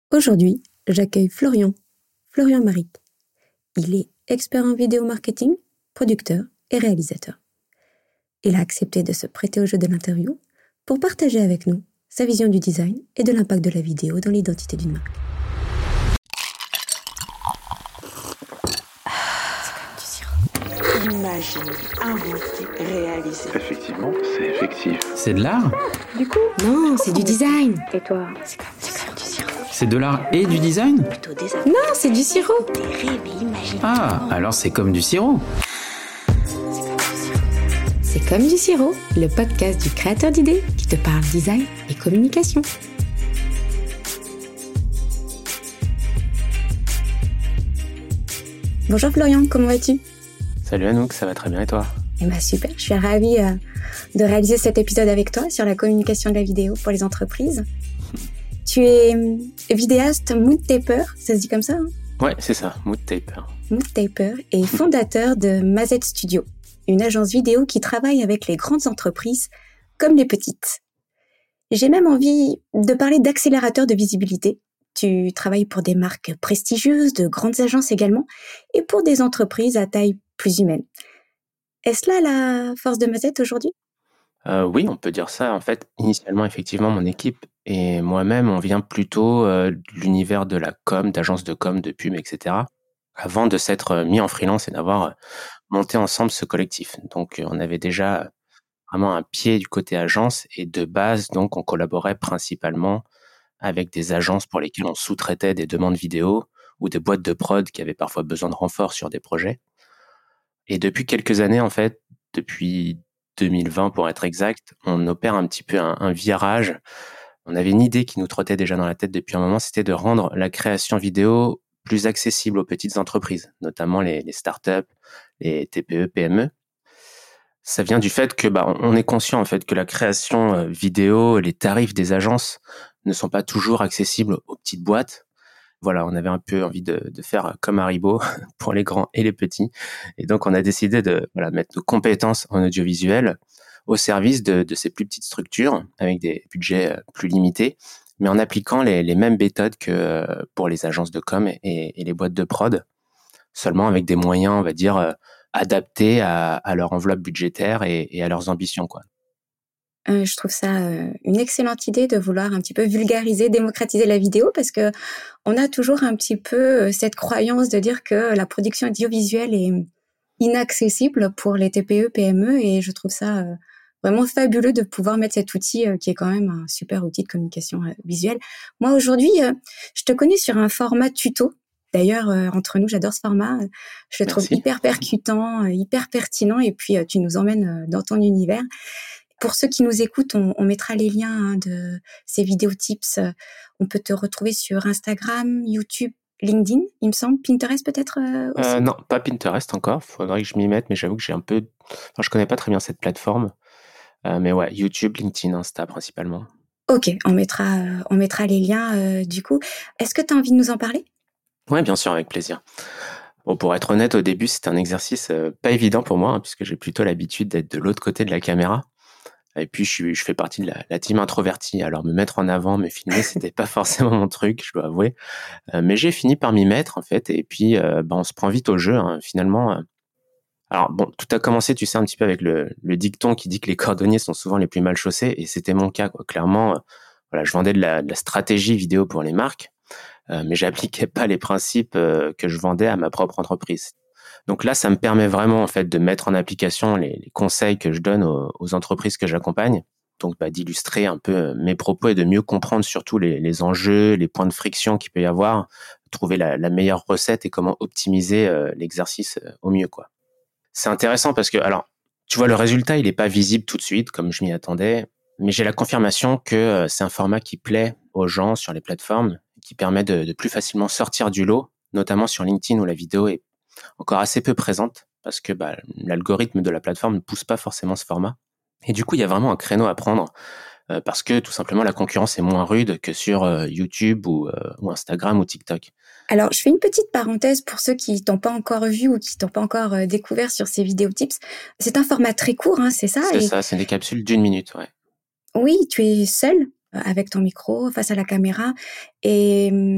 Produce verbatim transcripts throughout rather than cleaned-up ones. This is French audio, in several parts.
Aujourd'hui, j'accueille Florian, Florian Maric. Il est expert en vidéo marketing, producteur et réalisateur. Il a accepté de se prêter au jeu de l'interview pour partager avec nous sa vision du design et de l'impact de la vidéo dans l'identité d'une marque. Imaginer, inventer, réaliser. Effectivement, c'est effectif. C'est de l'art ? Du coup, non, c'est du design. Et toi, c'est comme, c'est comme du sirop. C'est de l'art et du design ? Plutôt des Non, c'est du sirop. Des rêves et imaginations. Ah, alors c'est comme du sirop. C'est comme du sirop, le podcast du créateur d'idées qui te parle design et communication. Bonjour Florian, comment vas-tu ? Salut Anouk, ça va très bien et toi ? Eh ben super, je suis ravie euh, de réaliser cet épisode avec toi sur la communication de la vidéo pour les entreprises. Tu es euh, vidéaste mood taper, ça se dit comme ça hein ? Ouais, c'est ça, Mood Taper. Mood taper et fondateur de Mazette Studio, une agence vidéo qui travaille avec les grandes entreprises comme les petites. J'ai même envie de parler d'accélérateur de visibilité. Tu travailles pour des marques prestigieuses, de grandes agences également, et pour des entreprises à taille plus humaine. Est-ce là la force de Mazette aujourd'hui ? Euh, oui, on peut dire ça. En fait, initialement, effectivement, mon équipe et moi-même, on vient plutôt euh, de l'univers de la com, d'agence de com, de pub, et cetera, avant de s'être euh, mis en freelance et d'avoir euh, monté ensemble ce collectif. Donc, euh, on avait déjà vraiment un pied du côté agence et de base, donc, on collaborait principalement avec des agences pour lesquelles on sous-traitait des demandes vidéo ou des boîtes de prod qui avaient parfois besoin de renfort sur des projets. Et depuis quelques années, en fait, depuis deux mille vingt pour être exact, on opère un petit peu un, un virage. On avait une idée qui nous trottait déjà dans la tête depuis un moment, c'était de rendre la création vidéo plus accessible aux petites entreprises, notamment les, les startups, les T P E, P M E. Ça vient du fait que bah, on est conscient en fait que la création euh, vidéo, les tarifs des agences ne sont pas toujours accessibles aux petites boîtes. Voilà, on avait un peu envie de, de faire comme Haribo pour les grands et les petits. Et donc, on a décidé de voilà, mettre nos compétences en audiovisuel au service de, de ces plus petites structures avec des budgets plus limités, mais en appliquant les, les mêmes méthodes que pour les agences de com et, et les boîtes de prod, seulement avec des moyens, on va dire, adaptés à, à leur enveloppe budgétaire et, et à leurs ambitions, quoi. Euh, je trouve ça euh, une excellente idée de vouloir un petit peu vulgariser, démocratiser la vidéo parce que on a toujours un petit peu euh, cette croyance de dire que la production audiovisuelle est inaccessible pour les T P E, P M E et je trouve ça euh, vraiment fabuleux de pouvoir mettre cet outil euh, qui est quand même un super outil de communication euh, visuelle. Moi aujourd'hui, euh, je te connais sur un format tuto. D'ailleurs, euh, entre nous, j'adore ce format. Je le trouve Merci. hyper percutant, euh, hyper pertinent et puis euh, tu nous emmènes euh, dans ton univers. Pour ceux qui nous écoutent, on, on mettra les liens hein, de ces vidéos tips. On peut te retrouver sur Instagram, YouTube, LinkedIn, il me semble, Pinterest peut-être euh, aussi. Euh, non, pas Pinterest encore. Faudrait que je m'y mette, mais j'avoue que j'ai un peu. Enfin, je connais pas très bien cette plateforme. Euh, mais ouais, YouTube, LinkedIn, Insta principalement. Ok, on mettra, euh, on mettra les liens euh, du coup. Est-ce que tu as envie de nous en parler ? Ouais, bien sûr, avec plaisir. Bon, pour être honnête, au début, c'était un exercice euh, pas évident pour moi, hein, puisque j'ai plutôt l'habitude d'être de l'autre côté de la caméra. Et puis, je, suis, je fais partie de la, la team introvertie. Alors, me mettre en avant, me filmer, c'était pas forcément mon truc, je dois avouer. Euh, mais j'ai fini par m'y mettre, en fait. Et puis, euh, bah, on se prend vite au jeu, hein, finalement. Euh. Alors, bon, tout a commencé, tu sais, un petit peu avec le, le dicton qui dit que les cordonniers sont souvent les plus mal chaussés. Et c'était mon cas, quoi. Clairement, euh, voilà, je vendais de la, de la stratégie vidéo pour les marques, euh, mais j'appliquais pas les principes euh, que je vendais à ma propre entreprise. Donc là, ça me permet vraiment en fait de mettre en application les, les conseils que je donne aux, aux entreprises que j'accompagne. Donc bah, d'illustrer un peu mes propos et de mieux comprendre surtout les, les enjeux, les points de friction qu'il peut y avoir, trouver la, la meilleure recette et comment optimiser euh, l'exercice euh, au mieux, quoi. C'est intéressant parce que, alors, tu vois, le résultat, il n'est pas visible tout de suite comme je m'y attendais, mais j'ai la confirmation que euh, c'est un format qui plaît aux gens sur les plateformes, qui permet de, de plus facilement sortir du lot, notamment sur LinkedIn où la vidéo est encore assez peu présente parce que bah, l'algorithme de la plateforme ne pousse pas forcément ce format. Et du coup, il y a vraiment un créneau à prendre euh, parce que tout simplement la concurrence est moins rude que sur euh, YouTube ou, euh, ou Instagram ou TikTok. Alors, je fais une petite parenthèse pour ceux qui t'ont pas encore vu ou qui t'ont pas encore euh, découvert sur ces vidéos tips. C'est un format très court, hein, c'est ça ? C'est Et ça, c'est des capsules d'une minute, ouais. oui, tu es seul avec ton micro face à la caméra et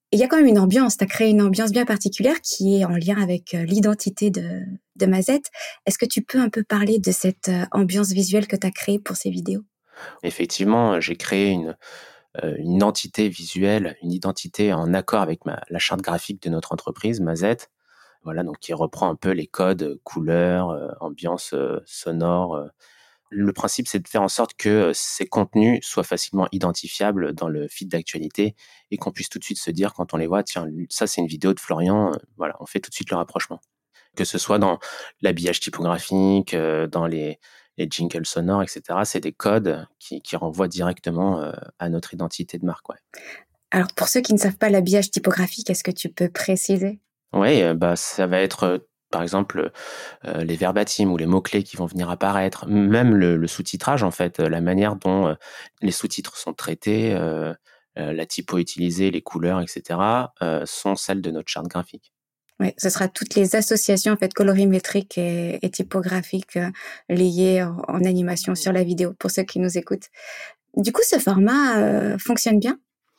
Et il y a quand même une ambiance, tu as créé une ambiance bien particulière qui est en lien avec euh, l'identité de, de Mazette. Est-ce que tu peux un peu parler de cette euh, ambiance visuelle que tu as créée pour ces vidéos? Effectivement, j'ai créé une, euh, une identité visuelle, une identité en accord avec ma, la charte graphique de notre entreprise, Mazette. Voilà, donc qui reprend un peu les codes, euh, couleurs, euh, ambiance euh, sonore. euh. Le principe, c'est de faire en sorte que euh, ces contenus soient facilement identifiables dans le feed d'actualité et qu'on puisse tout de suite se dire quand on les voit, tiens, ça c'est une vidéo de Florian. euh, Voilà, on fait tout de suite le rapprochement. Que ce soit dans l'habillage typographique, euh, dans les, les jingles sonores, et cetera. C'est des codes qui, qui renvoient directement euh, à notre identité de marque. Ouais. Alors, pour ceux qui ne savent pas l'habillage typographique, est-ce que tu peux préciser? Oui, euh, bah, ça va être, euh, par exemple, euh, les verbatims ou les mots-clés qui vont venir apparaître, même le, le sous-titrage, en fait, euh, la manière dont euh, les sous-titres sont traités, euh, euh, la typo utilisée, les couleurs, et cetera, euh, sont celles de notre charte graphique. Oui, ce sera toutes les associations en fait colorimétriques et, et typographiques euh, liées en, en animation sur la vidéo pour ceux qui nous écoutent. Du coup, ce format euh, fonctionne bien?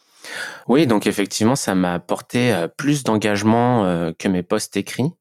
Oui, donc effectivement, ça m'a apporté euh, plus d'engagement euh, que mes posts écrits.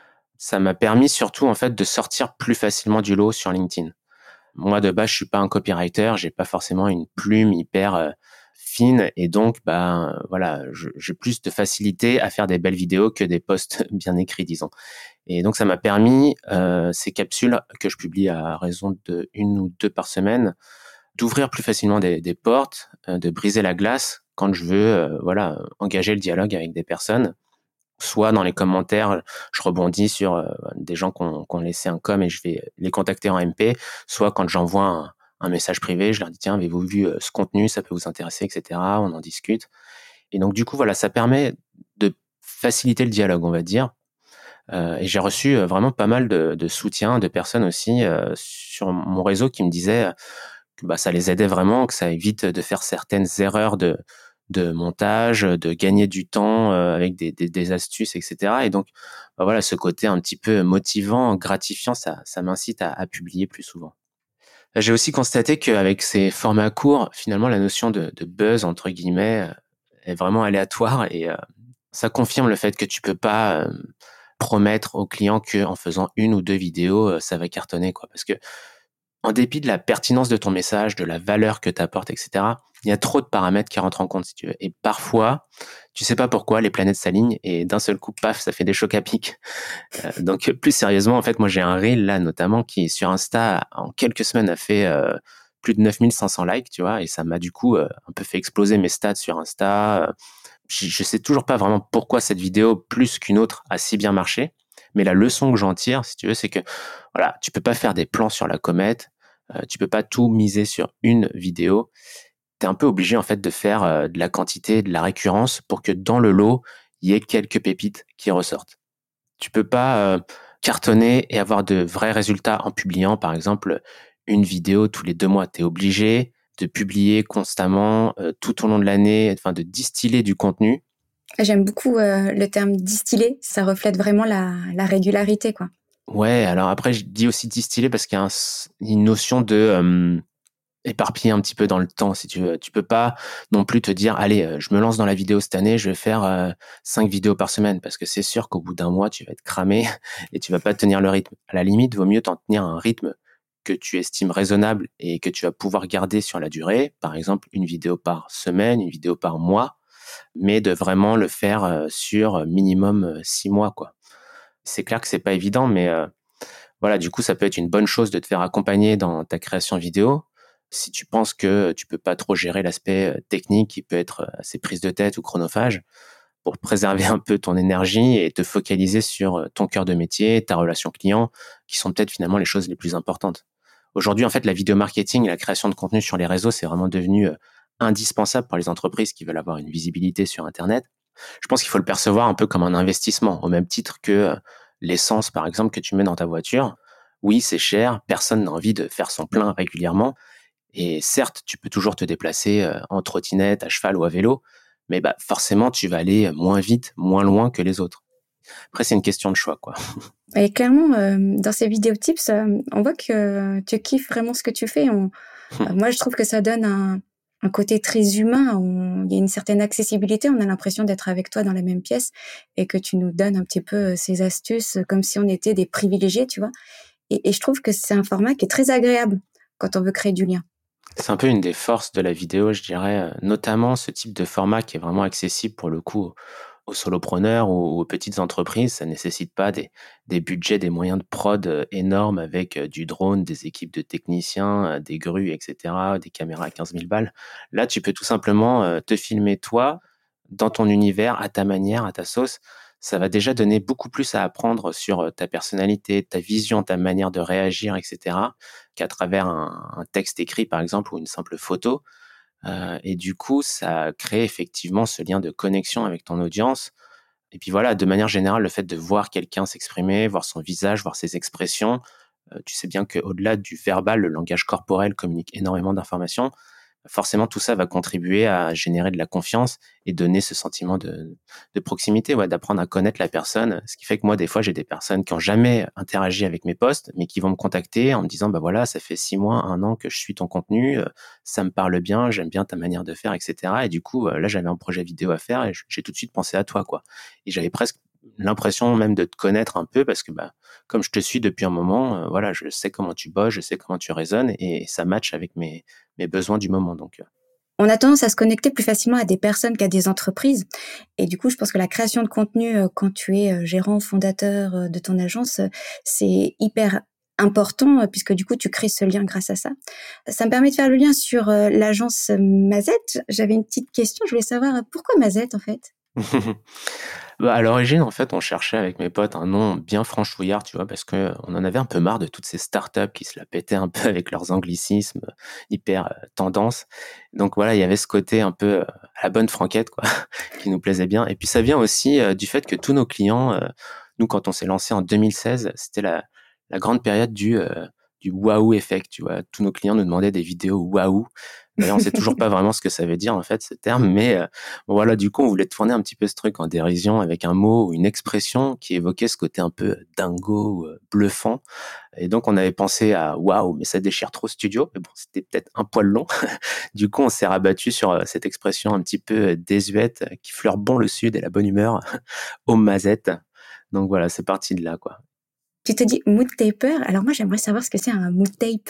Ça m'a permis surtout en fait de sortir plus facilement du lot sur LinkedIn. Moi de base, je suis pas un copywriter, j'ai pas forcément une plume hyper euh, fine et donc bah euh, voilà, je- j'ai plus de facilité à faire des belles vidéos que des posts bien écrits, disons. Et donc ça m'a permis euh, ces capsules que je publie à raison de une ou deux par semaine, d'ouvrir plus facilement des, des portes, euh, de briser la glace quand je veux euh, voilà engager le dialogue avec des personnes. Soit dans les commentaires, je rebondis sur euh, des gens qui ont, qui ont laissé un com et je vais les contacter en M P. Soit quand j'envoie un, un message privé, je leur dis tiens, avez-vous vu euh, ce contenu, ça peut vous intéresser, et cetera. On en discute. Et donc du coup, voilà, ça permet de faciliter le dialogue, on va dire. Euh, et j'ai reçu euh, vraiment pas mal de, de soutien de personnes aussi euh, sur mon réseau qui me disaient que bah, ça les aidait vraiment, que ça évite de faire certaines erreurs de, de montage, de gagner du temps euh, avec des, des, des astuces, et cetera. Et donc, bah, voilà, ce côté un petit peu motivant, gratifiant, ça, ça m'incite à, à publier plus souvent. J'ai aussi constaté qu'avec ces formats courts, finalement, la notion de, de buzz, entre guillemets, est vraiment aléatoire et euh, ça confirme le fait que tu peux pas euh, promettre aux clients qu'en faisant une ou deux vidéos, euh, ça va cartonner, quoi. Parce que en dépit de la pertinence de ton message, de la valeur que tu apportes, et cetera, il y a trop de paramètres qui rentrent en compte, si tu veux. Et parfois, tu sais pas pourquoi, les planètes s'alignent et d'un seul coup, paf, ça fait des chocs à pic. Euh, donc, plus sérieusement, en fait, moi, j'ai un reel, là, notamment, qui, sur Insta, en quelques semaines, a fait euh, plus de neuf mille cinq cents likes, tu vois, et ça m'a, du coup, euh, un peu fait exploser mes stats sur Insta. Je, je sais toujours pas vraiment pourquoi cette vidéo, plus qu'une autre, a si bien marché. Mais la leçon que j'en tire, si tu veux, c'est que, voilà, tu peux pas faire des plans sur la comète. Euh, tu peux pas tout miser sur une vidéo. Tu es un peu obligé en fait de faire euh, de la quantité, de la récurrence pour que dans le lot, il y ait quelques pépites qui ressortent. Tu peux pas euh, cartonner et avoir de vrais résultats en publiant par exemple une vidéo tous les deux mois. Tu es obligé de publier constamment euh, tout au long de l'année, enfin de distiller du contenu. J'aime beaucoup euh, le terme distiller, ça reflète vraiment la, la régularité, quoi. Ouais, alors après je dis aussi distiller parce qu'il y a un, une notion de euh, éparpillé un petit peu dans le temps, si tu veux. Tu peux pas non plus te dire, allez, euh, je me lance dans la vidéo cette année, je vais faire euh, cinq vidéos par semaine, parce que c'est sûr qu'au bout d'un mois, tu vas être cramé et tu vas pas tenir le rythme. À la limite, vaut mieux t'en tenir à un rythme que tu estimes raisonnable et que tu vas pouvoir garder sur la durée. Par exemple, une vidéo par semaine, une vidéo par mois, mais de vraiment le faire euh, sur minimum euh, six mois, quoi. C'est clair que c'est pas évident, mais euh, voilà, du coup, ça peut être une bonne chose de te faire accompagner dans ta création vidéo. Si tu penses que tu peux pas trop gérer l'aspect technique qui peut être assez prise de tête ou chronophage, pour préserver un peu ton énergie et te focaliser sur ton cœur de métier, ta relation client, qui sont peut-être finalement les choses les plus importantes. Aujourd'hui, en fait, la vidéo marketing et la création de contenu sur les réseaux, c'est vraiment devenu indispensable pour les entreprises qui veulent avoir une visibilité sur Internet. Je pense qu'il faut le percevoir un peu comme un investissement, au même titre que l'essence, par exemple, que tu mets dans ta voiture. Oui, c'est cher, personne n'a envie de faire son plein régulièrement. Et certes, tu peux toujours te déplacer en trottinette, à cheval ou à vélo, mais bah, forcément, tu vas aller moins vite, moins loin que les autres. Après, c'est une question de choix, quoi. Et clairement, euh, dans ces vidéos tips, euh, on voit que tu kiffes vraiment ce que tu fais. On, euh, moi, je trouve que ça donne un, un côté très humain. On- Il y a une certaine accessibilité. On a l'impression d'être avec toi dans la même pièce et que tu nous donnes un petit peu euh, ces astuces euh, comme si on était des privilégiés, tu vois. Et, et je trouve que c'est un format qui est très agréable quand on veut créer du lien. C'est un peu une des forces de la vidéo, je dirais, euh, notamment ce type de format qui est vraiment accessible pour le coup aux solopreneurs ou aux petites entreprises. Ça nécessite pas des, des budgets, des moyens de prod euh, énormes avec euh, du drone, des équipes de techniciens, euh, des grues, et cetera, des caméras à quinze mille balles. Là, tu peux tout simplement euh, te filmer toi, dans ton univers, à ta manière, à ta sauce. Ça va déjà donner beaucoup plus à apprendre sur euh, ta personnalité, ta vision, ta manière de réagir, et cetera, qu'à travers un, un texte écrit, par exemple, ou une simple photo. Euh, et du coup, ça crée effectivement ce lien de connexion avec ton audience. Et puis voilà, de manière générale, le fait de voir quelqu'un s'exprimer, voir son visage, voir ses expressions, euh, tu sais bien qu'au-delà du verbal, le langage corporel communique énormément d'informations. Forcément, tout ça va contribuer à générer de la confiance et donner ce sentiment de, de proximité, ouais, d'apprendre à connaître la personne. Ce qui fait que moi, des fois, j'ai des personnes qui ont jamais interagi avec mes posts, mais qui vont me contacter en me disant, bah voilà, ça fait six mois, un an que je suis ton contenu, euh, ça me parle bien, j'aime bien ta manière de faire, et cetera. Et du coup, euh, là, j'avais un projet vidéo à faire et j'ai tout de suite pensé à toi, quoi. Et j'avais presque l'impression même de te connaître un peu parce que, bah, comme je te suis depuis un moment, euh, voilà, je sais comment tu bosses, je sais comment tu raisonnes et ça matche avec mes, mes besoins du moment. Donc, euh, On a tendance à se connecter plus facilement à des personnes qu'à des entreprises. Et du coup, je pense que la création de contenu, euh, quand tu es euh, gérant, fondateur euh, de ton agence, euh, c'est hyper important euh, puisque du coup, tu crées ce lien grâce à ça. Ça me permet de faire le lien sur euh, l'agence Mazette. J'avais une petite question. Je voulais savoir euh, pourquoi Mazette en fait? Bah, à l'origine, en fait, on cherchait avec mes potes un nom bien franchouillard, tu vois, parce que on en avait un peu marre de toutes ces startups qui se la pétaient un peu avec leurs anglicismes euh, hyper euh, tendance. Donc voilà, il y avait ce côté un peu euh, à la bonne franquette, quoi, qui nous plaisait bien. Et puis ça vient aussi euh, du fait que tous nos clients, euh, nous, quand on s'est lancé en deux mille seize, c'était la, la grande période du euh, du waouh effect, tu vois. Tous nos clients nous demandaient des vidéos waouh. D'ailleurs, on sait toujours pas vraiment ce que ça veut dire en fait ce terme, mais euh, bon, voilà, du coup, on voulait tourner un petit peu ce truc en dérision avec un mot ou une expression qui évoquait ce côté un peu dingo ou euh, bluffant. Et donc, on avait pensé à waouh, mais ça déchire trop studio. Mais bon, c'était peut-être un poil long. Du coup, on s'est rabattu sur euh, cette expression un petit peu euh, désuète euh, qui fleure bon le sud et la bonne humeur, au mazette. Donc voilà, c'est parti de là, quoi. Tu te dis mood taper. Alors moi, j'aimerais savoir ce que c'est un mood tape.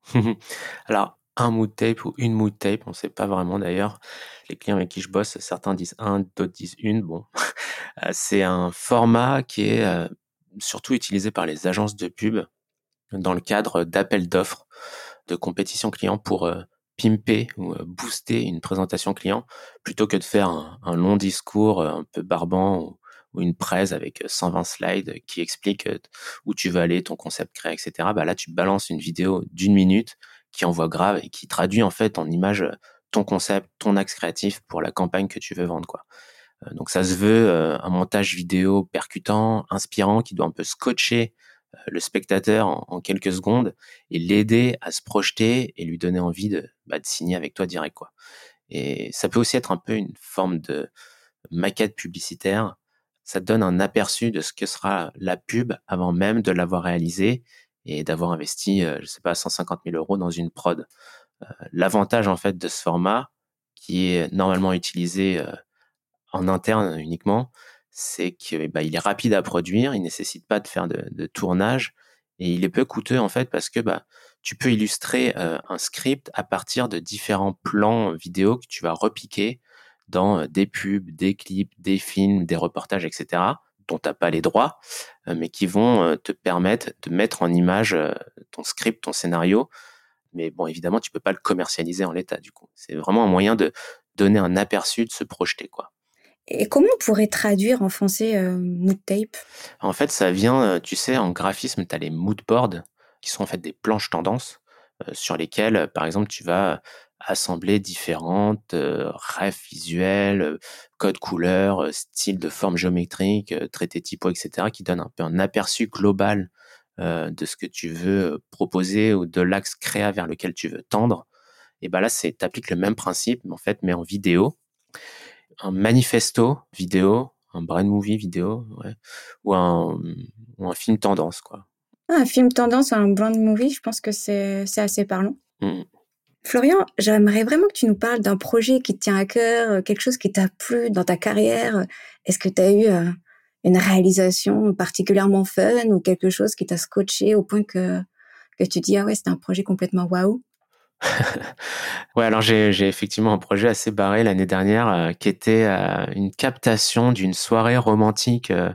Alors, un mood tape ou une mood tape, on ne sait pas vraiment d'ailleurs. Les clients avec qui je bosse, certains disent un, d'autres disent une. Bon, Euh, c'est un format qui est euh, surtout utilisé par les agences de pub dans le cadre d'appels d'offres, de compétition client pour euh, pimper ou euh, booster une présentation client, plutôt que de faire un, un long discours euh, un peu barbant ou, ou une presse avec euh, cent vingt slides qui explique euh, où tu veux aller, ton concept créé, et cetera. Bah là, tu balances une vidéo d'une minute qui envoie grave et qui traduit en fait en image euh, ton concept, ton axe créatif pour la campagne que tu veux vendre, quoi. Euh, Donc ça se veut euh, un montage vidéo percutant, inspirant, qui doit un peu scotcher euh, le spectateur en, en quelques secondes et l'aider à se projeter et lui donner envie de, bah, de signer avec toi direct, quoi. Et ça peut aussi être un peu une forme de maquette publicitaire. Ça te donne un aperçu de ce que sera la pub avant même de l'avoir réalisée et d'avoir investi, euh, je sais pas, cent cinquante mille euros dans une prod. Euh, L'avantage en fait de ce format, qui est normalement utilisé euh, en interne uniquement, c'est que bah, il est rapide à produire, il nécessite pas de faire de, de tournage et il est peu coûteux en fait parce que bah, tu peux illustrer euh, un script à partir de différents plans vidéo que tu vas repiquer dans euh, des pubs, des clips, des films, des reportages, et cetera, dont tu n'as pas les droits, euh, mais qui vont euh, te permettre de mettre en image euh, ton script, ton scénario. Mais bon, évidemment, tu peux pas le commercialiser en l'état du coup. C'est vraiment un moyen de donner un aperçu, de se projeter, quoi. Et comment on pourrait traduire en français euh, mood tape? En fait, ça vient, euh, tu sais, en graphisme, tu as les mood boards, qui sont en fait des planches tendances, euh, sur lesquelles, euh, par exemple, tu vas assembler différentes euh, refs visuels, euh, codes couleurs, euh, styles de formes géométriques, euh, traités typo, et cetera, qui donnent un peu un aperçu global euh, de ce que tu veux euh, proposer ou de l'axe créa vers lequel tu veux tendre. Et ben là, c'est, t'appliques le même principe, mais en fait, mais en vidéo, un manifesto vidéo, un brand movie vidéo, ouais, ou un, ou un film tendance, quoi. Ah, un film tendance, un brand movie, je pense que c'est c'est assez parlant. Mm. Florian, j'aimerais vraiment que tu nous parles d'un projet qui te tient à cœur, euh, quelque chose qui t'a plu dans ta carrière. Est-ce que tu as eu euh, une réalisation particulièrement fun ou quelque chose qui t'a scotché au point que, que tu dis, ah ouais, c'était un projet complètement waouh? Ouais, alors j'ai j'ai effectivement un projet assez barré l'année dernière euh, qui était euh, une captation d'une soirée romantique euh,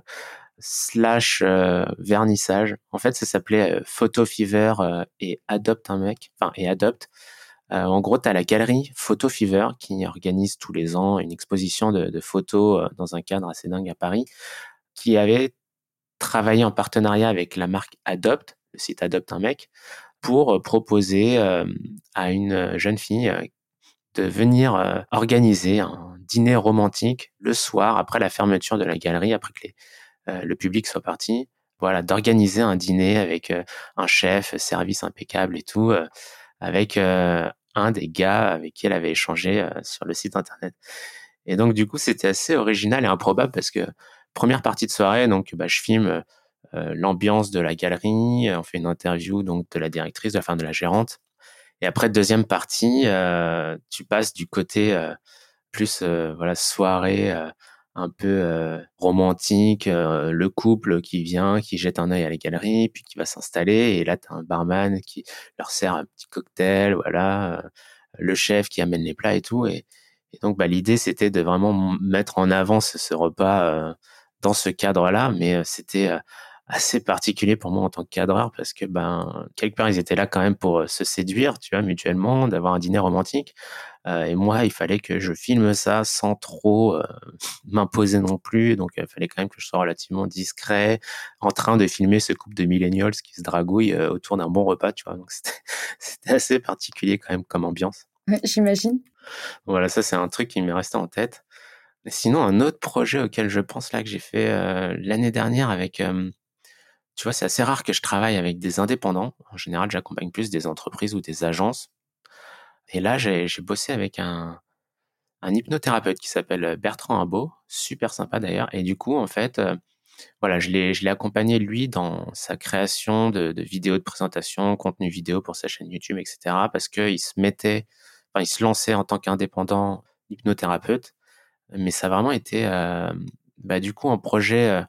slash euh, vernissage. En fait, ça s'appelait euh, Photo Fever euh, et Adopte un mec, enfin et Adopte. Euh, en gros, tu as la galerie Photo Fever qui organise tous les ans une exposition de, de photos euh, dans un cadre assez dingue à Paris, qui avait travaillé en partenariat avec la marque Adopte, le site Adopte un mec, pour euh, proposer euh, à une jeune fille euh, de venir euh, organiser un dîner romantique le soir après la fermeture de la galerie, après que les, euh, le public soit parti. Voilà, d'organiser un dîner avec euh, un chef, service impeccable et tout, euh, avec euh, un des gars avec qui elle avait échangé euh, sur le site internet. Et donc, du coup, c'était assez original et improbable parce que première partie de soirée, donc, bah, je filme euh, l'ambiance de la galerie, on fait une interview donc de la directrice, enfin de la gérante. Et après, deuxième partie, euh, tu passes du côté euh, plus euh, voilà soirée euh, un peu euh, romantique, euh, le couple qui vient, qui jette un œil à la galerie, puis qui va s'installer. Et là, tu as un barman qui leur sert un petit cocktail, voilà, euh, le chef qui amène les plats et tout. Et, et donc, bah, l'idée, c'était de vraiment m- mettre en avant ce, ce repas euh, dans ce cadre-là, mais euh, c'était euh, assez particulier pour moi en tant que cadreur parce que ben quelque part ils étaient là quand même pour euh, se séduire, tu vois, mutuellement, d'avoir un dîner romantique. Euh, et moi, il fallait que je filme ça sans trop euh, m'imposer non plus. Donc, il fallait quand même que je sois relativement discret, en train de filmer ce couple de millennials qui se dragouillent euh, autour d'un bon repas, tu vois. Donc, c'était, c'était assez particulier quand même comme ambiance. Ouais, j'imagine. Voilà, ça, c'est un truc qui m'est resté en tête. Mais sinon, un autre projet auquel je pense là que j'ai fait euh, l'année dernière avec, euh, tu vois, c'est assez rare que je travaille avec des indépendants. En général, j'accompagne plus des entreprises ou des agences. Et là, j'ai, j'ai bossé avec un, un hypnothérapeute qui s'appelle Bertrand Imbaud, super sympa d'ailleurs. Et du coup, en fait, euh, voilà, je l'ai, je l'ai accompagné lui dans sa création de, de vidéos de présentation, contenu vidéo pour sa chaîne YouTube, et cetera. Parce qu'il se mettait, enfin, il se lançait en tant qu'indépendant hypnothérapeute. Mais ça a vraiment été, euh, bah, du coup, un projet euh,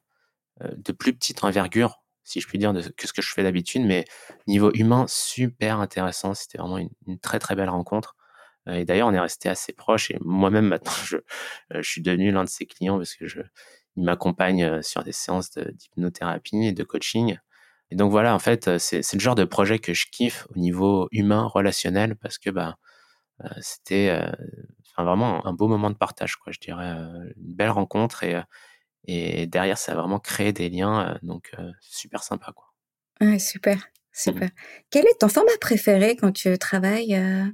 de plus petite envergure, si je puis dire, de, que ce que je fais d'habitude. Mais niveau humain, super intéressant. C'était vraiment une, une très, très belle rencontre. Euh, Et d'ailleurs, on est resté assez proches. Et moi-même, maintenant, je, euh, je suis devenu l'un de ses clients parce que je, il m'accompagne euh, sur des séances de- d'hypnothérapie et de coaching. Et donc voilà, en fait, euh, c'est, c'est le genre de projet que je kiffe au niveau humain, relationnel, parce que bah, euh, c'était euh, enfin, vraiment un beau moment de partage, quoi, je dirais. euh, Une belle rencontre et, euh, et derrière, ça a vraiment créé des liens. euh, Donc, euh, super sympa, quoi. Ouais, super, Mhm. super. Quel est ton format préféré quand tu travailles euh,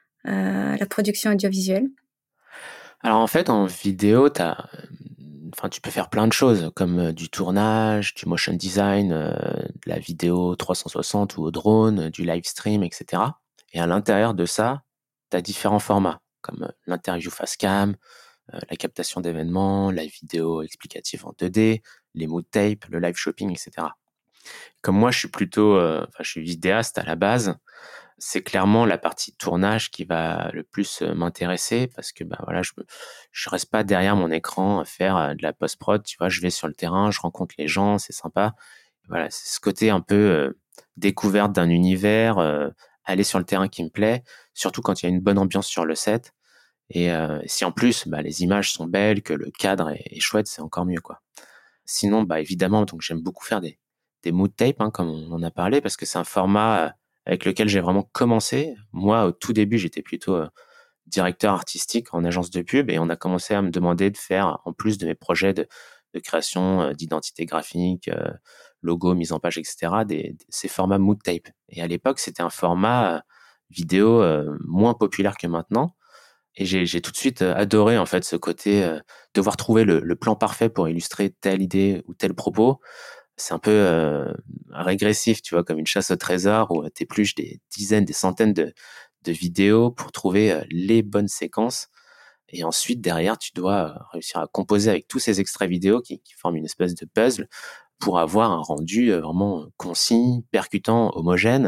à la production audiovisuelle? Alors en fait, en vidéo, t'as, euh, enfin, tu peux faire plein de choses, comme euh, du tournage, du motion design, euh, de la vidéo trois cent soixante ou au drone, euh, du live stream, et cetera. Et à l'intérieur de ça, tu as différents formats, comme euh, l'interview face cam, euh, la captation d'événements, la vidéo explicative en deux D, les mood tapes, le live shopping, et cetera. Comme moi, je suis plutôt, euh, enfin, je suis vidéaste à la base, c'est clairement la partie tournage qui va le plus euh, m'intéresser parce que bah voilà, je me, je reste pas derrière mon écran à faire euh, de la post-prod, tu vois, je vais sur le terrain, je rencontre les gens, c'est sympa. Voilà, c'est ce côté un peu euh, découverte d'un univers, euh, aller sur le terrain qui me plaît, surtout quand il y a une bonne ambiance sur le set. Et euh, si en plus bah, les images sont belles, que le cadre est, est chouette, c'est encore mieux quoi. Sinon, bah évidemment, donc j'aime beaucoup faire des des mood tapes, hein, comme on en a parlé, parce que c'est un format euh, avec lequel j'ai vraiment commencé. Moi, au tout début, j'étais plutôt euh, directeur artistique en agence de pub et on a commencé à me demander de faire, en plus de mes projets de, de création euh, d'identité graphique, euh, logo, mise en page, et cetera, des, des- ces formats mood tape. Et à l'époque, c'était un format euh, vidéo euh, moins populaire que maintenant. Et j'ai, j'ai tout de suite euh, adoré en fait ce côté euh, devoir trouver le, le plan parfait pour illustrer telle idée ou tel propos. C'est un peu euh, régressif, tu vois, comme une chasse au trésor où tu épluches des dizaines, des centaines de, de vidéos pour trouver euh, les bonnes séquences. Et ensuite, derrière, tu dois euh, réussir à composer avec tous ces extraits vidéo qui, qui forment une espèce de puzzle pour avoir un rendu euh, vraiment concis, percutant, homogène.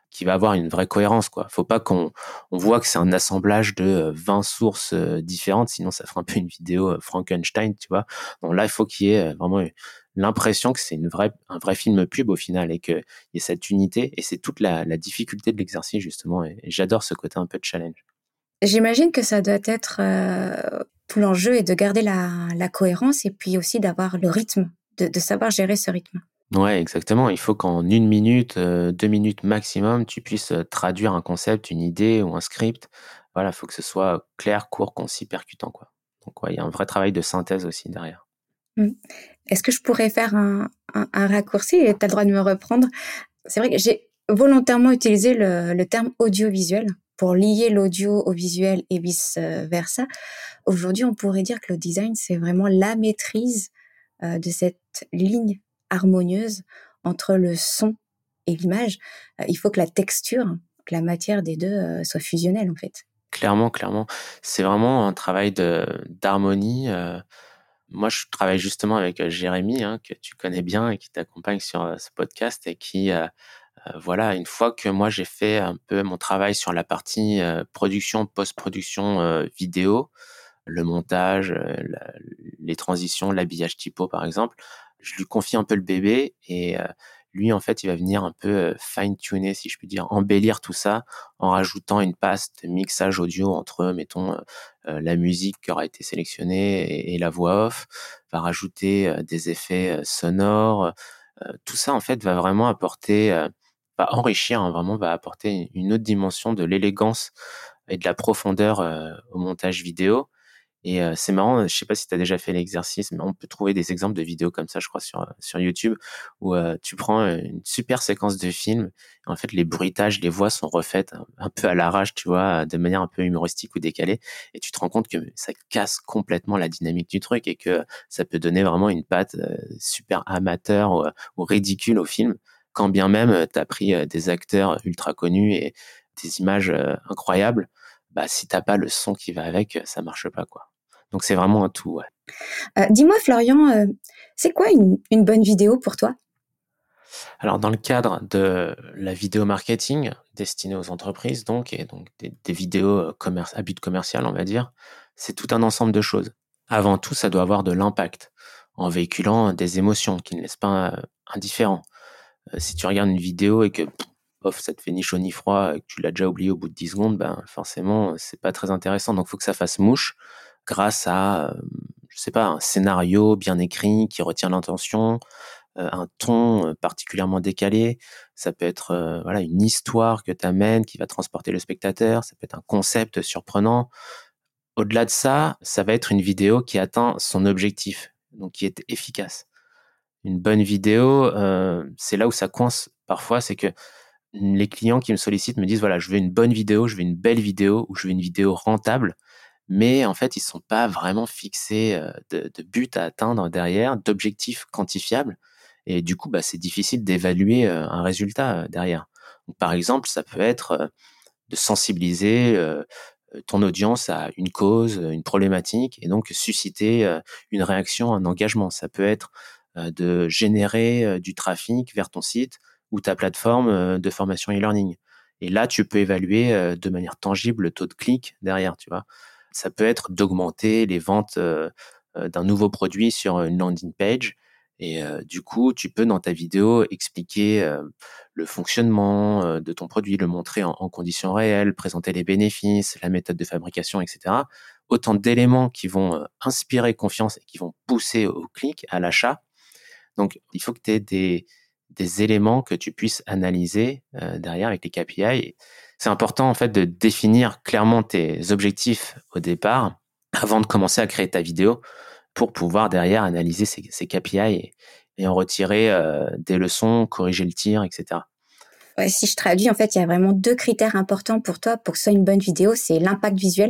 qui va avoir une vraie cohérence, quoi. Faut pas qu'on on voit que c'est un assemblage de vingt sources différentes, sinon ça ferait un peu une vidéo Frankenstein, tu vois. Donc là, il faut qu'il y ait vraiment l'impression que c'est une vraie, un vrai film pub au final et qu'il y ait cette unité. Et c'est toute la, la difficulté de l'exercice, justement. Et, et j'adore ce côté un peu de challenge. J'imagine que ça doit être euh, tout l'enjeu est de garder la, la cohérence et puis aussi d'avoir le rythme, de, de savoir gérer ce rythme. Ouais, exactement. Il faut qu'en une minute, euh, deux minutes maximum, tu puisses euh, traduire un concept, une idée ou un script. Voilà, il faut que ce soit clair, court, concis, percutant, quoi. Donc, ouais, il y a un vrai travail de synthèse aussi derrière. Mm. Est-ce que je pourrais faire un, un, un raccourci et tu as le droit de me reprendre? C'est vrai que j'ai volontairement utilisé le, le terme audiovisuel pour lier l'audio au visuel et vice-versa. Aujourd'hui, on pourrait dire que le design, c'est vraiment la maîtrise euh, de cette ligne harmonieuse entre le son et l'image. Euh, il faut que la texture, que la matière des deux euh, soit fusionnelle, en fait. Clairement, clairement. C'est vraiment un travail de d'harmonie. euh, Moi, je travaille justement avec euh, Jérémy, hein, que tu connais bien et qui t'accompagne sur euh, ce podcast et qui, euh, euh, voilà, une fois que moi j'ai fait un peu mon travail sur la partie euh, production, post-production euh, vidéo, le montage, euh, la- les transitions, l'habillage typo par exemple, je lui confie un peu le bébé et euh, lui, en fait, il va venir un peu euh, fine-tuner, si je puis dire, embellir tout ça en rajoutant une passe de mixage audio entre, mettons, euh, euh, la musique qui aura été sélectionnée et, et la voix off, va rajouter euh, des effets euh, sonores. Euh, tout ça, en fait, va vraiment apporter, euh, va enrichir, hein, vraiment, va apporter une autre dimension de l'élégance et de la profondeur euh, au montage vidéo. Et euh, c'est marrant, je sais pas si tu as déjà fait l'exercice, mais on peut trouver des exemples de vidéos comme ça, je crois, sur, sur YouTube, où euh, tu prends euh, une super séquence de film, et en fait, les bruitages, les voix sont refaites un, un peu à l'arrache, tu vois, de manière un peu humoristique ou décalée, et tu te rends compte que ça casse complètement la dynamique du truc, et que ça peut donner vraiment une patte euh, super amateur ou, ou ridicule au film, quand bien même tu as pris euh, des acteurs ultra connus et des images euh, incroyables, bah si t'as pas le son qui va avec, ça marche pas, quoi. Donc c'est vraiment un tout, ouais. Euh, dis-moi, Florian, euh, c'est quoi une, une bonne vidéo pour toi? Alors dans le cadre de la vidéo marketing destinée aux entreprises, donc et donc des, des vidéos euh, commerce, à but commercial, on va dire, c'est tout un ensemble de choses. Avant tout, ça doit avoir de l'impact en véhiculant des émotions qui ne laissent pas euh, indifférent. Euh, si tu regardes une vidéo et que pof, ça te fait ni chaud ni froid, et que tu l'as déjà oublié au bout de dix secondes, ben forcément, c'est pas très intéressant. Donc, il faut que ça fasse mouche grâce à, euh, je sais pas, un scénario bien écrit qui retient l'intention, euh, un ton euh, particulièrement décalé. Ça peut être euh, voilà une histoire que tu amènes qui va transporter le spectateur. Ça peut être un concept surprenant. Au-delà de ça, ça va être une vidéo qui atteint son objectif, donc qui est efficace. Une bonne vidéo, euh, c'est là où ça coince parfois, c'est que les clients qui me sollicitent me disent, voilà, je veux une bonne vidéo, je veux une belle vidéo ou je veux une vidéo rentable, mais en fait, ils sont pas vraiment fixés euh, de, de but à atteindre derrière, d'objectifs quantifiables. Et du coup, bah, c'est difficile d'évaluer euh, un résultat euh, derrière. Donc, par exemple, ça peut être euh, de sensibiliser euh, ton audience à une cause, une problématique, et donc susciter euh, une réaction, un engagement. Ça peut être euh, de générer euh, du trafic vers ton site ou ta plateforme euh, de formation e-learning. Et là, tu peux évaluer euh, de manière tangible le taux de clic derrière, tu vois. Ça peut être d'augmenter les ventes euh, euh, d'un nouveau produit sur une landing page. Et euh, du coup, tu peux dans ta vidéo expliquer euh, le fonctionnement euh, de ton produit, le montrer en, en conditions réelles, présenter les bénéfices, la méthode de fabrication, et cetera. Autant d'éléments qui vont euh, inspirer confiance et qui vont pousser au clic, à l'achat. Donc, il faut que tu aies des, des éléments que tu puisses analyser euh, derrière avec les K P I. C'est important en fait de définir clairement tes objectifs au départ avant de commencer à créer ta vidéo pour pouvoir derrière analyser ces, ces K P I et, et en retirer euh, des leçons, corriger le tir, et cetera. Ouais, si je traduis, en fait, il y a vraiment deux critères importants pour toi pour que ce soit une bonne vidéo, c'est l'impact visuel.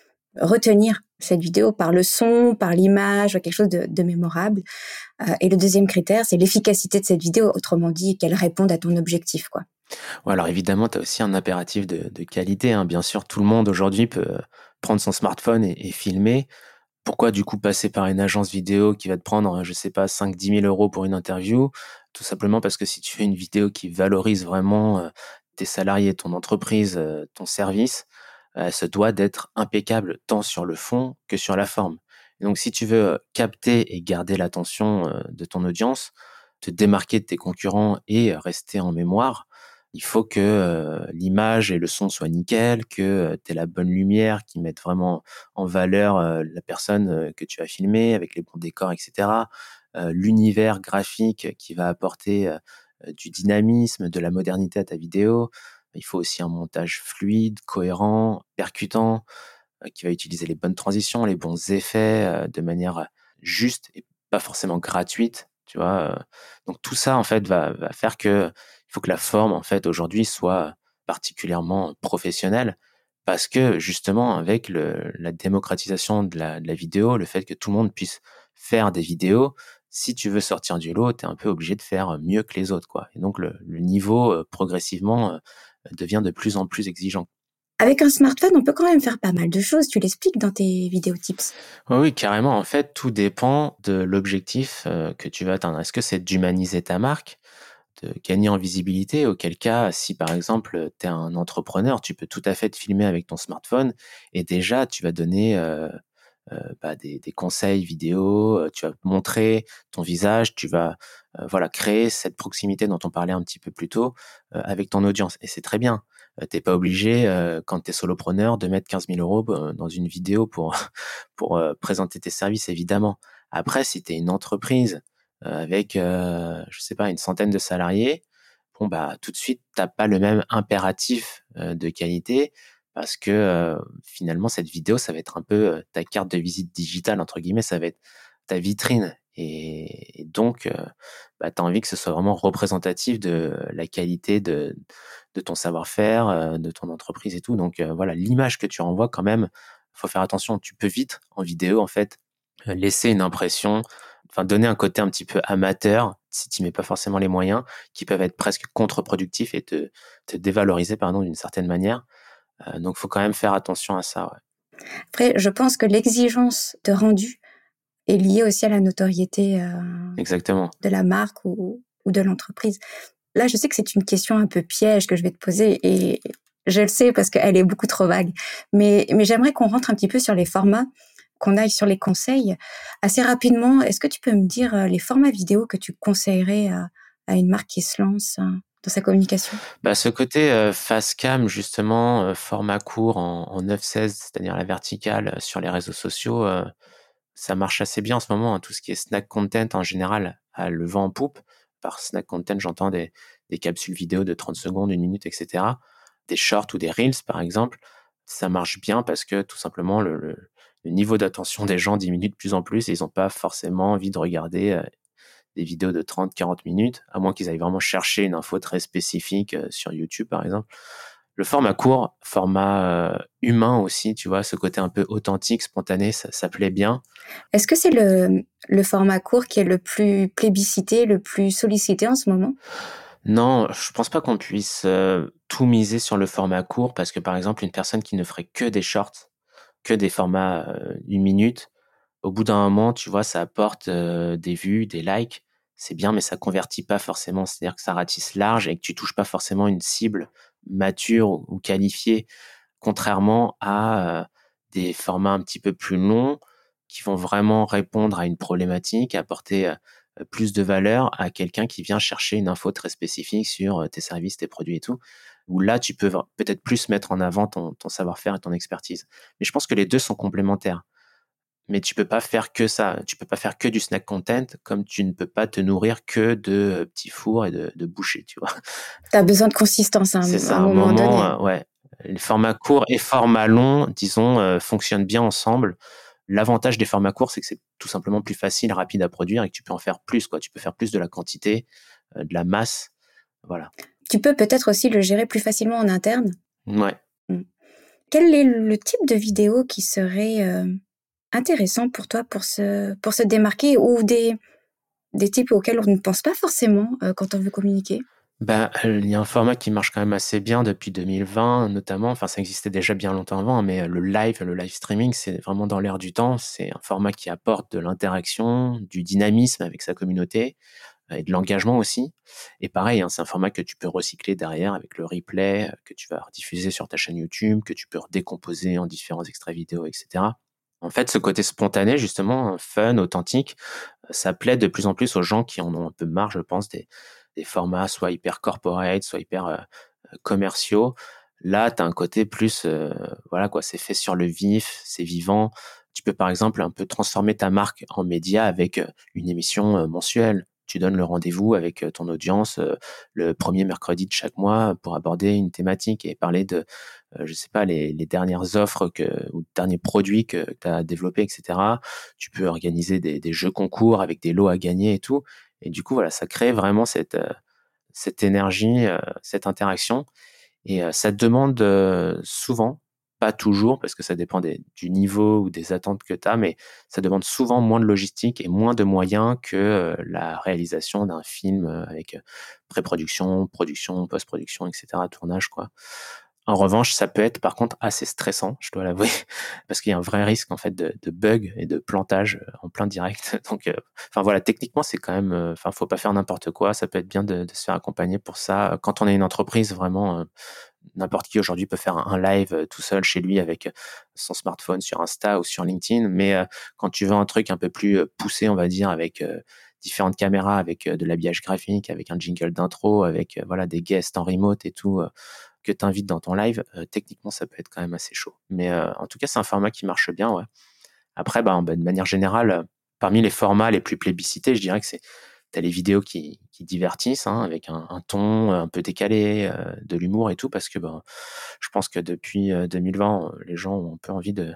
Retenir cette vidéo par le son, par l'image, quelque chose de, de mémorable. Euh, et le deuxième critère, c'est l'efficacité de cette vidéo, autrement dit, qu'elle réponde à ton objectif, quoi. Ouais, alors évidemment, tu as aussi un impératif de, de qualité, hein. Bien sûr, tout le monde aujourd'hui peut prendre son smartphone et, et filmer. Pourquoi du coup passer par une agence vidéo qui va te prendre, je sais pas, cinq dix mille euros pour une interview? Tout simplement parce que si tu fais une vidéo qui valorise vraiment euh, tes salariés, ton entreprise, euh, ton service, euh, se doit d'être impeccable tant sur le fond que sur la forme. Et donc, si tu veux euh, capter et garder l'attention euh, de ton audience, te démarquer de tes concurrents et euh, rester en mémoire, il faut que euh, l'image et le son soient nickel, que tu aies la bonne lumière qui mette vraiment en valeur euh, la personne euh, que tu as filmée avec les bons décors, et cetera. Euh, l'univers graphique qui va apporter euh, du dynamisme, de la modernité à ta vidéo. Il faut aussi un montage fluide, cohérent, percutant, euh, qui va utiliser les bonnes transitions, les bons effets euh, de manière juste et pas forcément gratuite, tu vois. euh. Donc tout ça en fait va, va faire que il faut que la forme en fait aujourd'hui soit particulièrement professionnelle parce que justement avec le, la démocratisation de la, de la vidéo, le fait que tout le monde puisse faire des vidéos, si tu veux sortir du lot, tu es un peu obligé de faire mieux que les autres, quoi. Et donc le, le niveau euh, progressivement euh, devient de plus en plus exigeant. Avec un smartphone, on peut quand même faire pas mal de choses. Tu l'expliques dans tes vidéos tips. Oui, oui, carrément. En fait, tout dépend de l'objectif euh, que tu veux atteindre. Est-ce que c'est d'humaniser ta marque, de gagner en visibilité? Auquel cas, si par exemple, tu es un entrepreneur, tu peux tout à fait te filmer avec ton smartphone et déjà, tu vas donner euh, euh, bah, des, des conseils vidéo, euh, tu vas montrer ton visage, tu vas euh, voilà créer cette proximité dont on parlait un petit peu plus tôt euh, avec ton audience. Et c'est très bien. Euh, t'es pas obligé, euh, quand tu es solopreneur, de mettre quinze mille euros euh, dans une vidéo pour, pour euh, présenter tes services, évidemment. Après, si tu es une entreprise euh, avec, euh, je sais pas, une centaine de salariés, bon, bah, tout de suite, t'as pas le même impératif euh, de qualité parce que euh, finalement, cette vidéo, ça va être un peu euh, ta carte de visite digitale, entre guillemets, ça va être ta vitrine. Et, et donc, euh, bah, tu as envie que ce soit vraiment représentatif de la qualité de, de ton savoir-faire, euh, de ton entreprise et tout. Donc, euh, voilà, l'image que tu renvoies, quand même, faut faire attention. Tu peux vite, en vidéo, en fait, euh, laisser une impression, enfin, donner un côté un petit peu amateur, si tu mets pas forcément les moyens, qui peuvent être presque contre-productifs et te, te dévaloriser, pardon, d'une certaine manière. Euh, donc, faut quand même faire attention à ça. Ouais. Après, je pense que l'exigence de rendu est liée aussi à la notoriété euh, Exactement. de la marque ou, ou de l'entreprise. Là, je sais que c'est une question un peu piège que je vais te poser et je le sais parce qu'elle est beaucoup trop vague. Mais, mais j'aimerais qu'on rentre un petit peu sur les formats, qu'on aille sur les conseils. Assez rapidement, est-ce que tu peux me dire euh, les formats vidéo que tu conseillerais à, à une marque qui se lance euh, dans sa communication? Bah, ce côté euh, face cam, justement, euh, format court en, en neuf seize, c'est-à-dire la verticale euh, sur les réseaux sociaux, euh, ça marche assez bien en ce moment. Hein. Tout ce qui est snack content en général a le vent en poupe. Par snack content, j'entends des, des capsules vidéo de trente secondes, une minute, et cetera. Des shorts ou des reels, par exemple. Ça marche bien parce que tout simplement, le, le, le niveau d'attention des gens diminue de plus en plus et ils n'ont pas forcément envie de regarder euh, des vidéos de trente quarante minutes, à moins qu'ils aillent vraiment chercher une info très spécifique euh, sur YouTube, par exemple. Le format court, format euh, humain aussi, tu vois, ce côté un peu authentique, spontané, ça, ça plaît bien. Est-ce que c'est le, le format court qui est le plus plébiscité, le plus sollicité en ce moment? Non, je pense pas qu'on puisse euh, tout miser sur le format court parce que, par exemple, une personne qui ne ferait que des shorts, que des formats euh, une minute, au bout d'un moment, tu vois, ça apporte euh, des vues, des likes, c'est bien, mais ça convertit pas forcément. C'est-à-dire que ça ratisse large et que tu touches pas forcément une cible mature ou, ou qualifiée, contrairement à euh, des formats un petit peu plus longs qui vont vraiment répondre à une problématique, apporter euh, plus de valeur à quelqu'un qui vient chercher une info très spécifique sur euh, tes services, tes produits et tout. Où là, tu peux v- peut-être plus mettre en avant ton, ton savoir-faire et ton expertise. Mais je pense que les deux sont complémentaires. Mais tu peux pas faire que ça. Tu peux pas faire que du snack content, comme tu ne peux pas te nourrir que de euh, petits fours et de, de bouchées, tu vois. Tu as besoin de consistance à C'est un, à ça, un un moment moment, donné. euh, ouais. Les formats courts et formats longs, disons, euh, fonctionnent bien ensemble. L'avantage des formats courts, c'est que c'est tout simplement plus facile, rapide à produire et que tu peux en faire plus, quoi. Tu peux faire plus de la quantité, euh, de la masse. Voilà. Tu peux peut-être aussi le gérer plus facilement en interne. Ouais. Mm. Quel est le type de vidéo qui serait euh, intéressant pour toi pour se, pour se démarquer ou des, des types auxquels on ne pense pas forcément euh, quand on veut communiquer? Ben, euh, il y a un format qui marche quand même assez bien depuis deux mille vingt, notamment. Enfin, ça existait déjà bien longtemps avant, hein, mais euh, le live, le live streaming, c'est vraiment dans l'air du temps. C'est un format qui apporte de l'interaction, du dynamisme avec sa communauté. et de l'engagement aussi. Et pareil, hein, c'est un format que tu peux recycler derrière avec le replay, que tu vas rediffuser sur ta chaîne YouTube, que tu peux redécomposer en différents extraits vidéo, et cetera. En fait, ce côté spontané, justement, fun, authentique, ça plaît de plus en plus aux gens qui en ont un peu marre, je pense, des, des formats soit hyper corporate, soit hyper euh, commerciaux. Là, tu as un côté plus, euh, voilà quoi, c'est fait sur le vif, c'est vivant. Tu peux par exemple un peu transformer ta marque en média avec une émission euh, mensuelle. Tu donnes le rendez-vous avec ton audience euh, le premier mercredi de chaque mois pour aborder une thématique et parler de, euh, je sais pas, les, les dernières offres que, ou derniers produits que, que tu as développés, et cetera. Tu peux organiser des, des jeux concours avec des lots à gagner et tout. Et du coup, voilà, ça crée vraiment cette, euh, cette énergie, euh, cette interaction. Et euh, ça te demande euh, souvent, pas toujours, parce que ça dépend des, du niveau ou des attentes que tu as, mais ça demande souvent moins de logistique et moins de moyens que euh, la réalisation d'un film euh, avec euh, pré-production, production, post-production, et cetera, tournage, quoi. En revanche, ça peut être par contre assez stressant, je dois l'avouer, parce qu'il y a un vrai risque en fait de, de bug et de plantage en plein direct. Donc, euh, enfin voilà, techniquement c'est quand même, enfin euh, faut pas faire n'importe quoi. Ça peut être bien de, de se faire accompagner pour ça. Quand on est une entreprise, vraiment, euh, n'importe qui aujourd'hui peut faire un, un live euh, tout seul chez lui avec son smartphone sur Insta ou sur LinkedIn. Mais euh, quand tu veux un truc un peu plus euh, poussé, on va dire, avec euh, différentes caméras, avec euh, de l'habillage graphique, avec un jingle d'intro, avec euh, voilà des guests en remote et tout. Euh, que tu invites dans ton live, euh, techniquement, ça peut être quand même assez chaud. Mais euh, en tout cas, c'est un format qui marche bien, ouais. Après, bah, bah, de manière générale, euh, parmi les formats les plus plébiscités, je dirais que c'est t'as les vidéos qui, qui divertissent, hein, avec un, un ton un peu décalé, euh, de l'humour et tout, parce que bah, je pense que depuis euh, deux mille vingt, les gens ont un peu envie de, de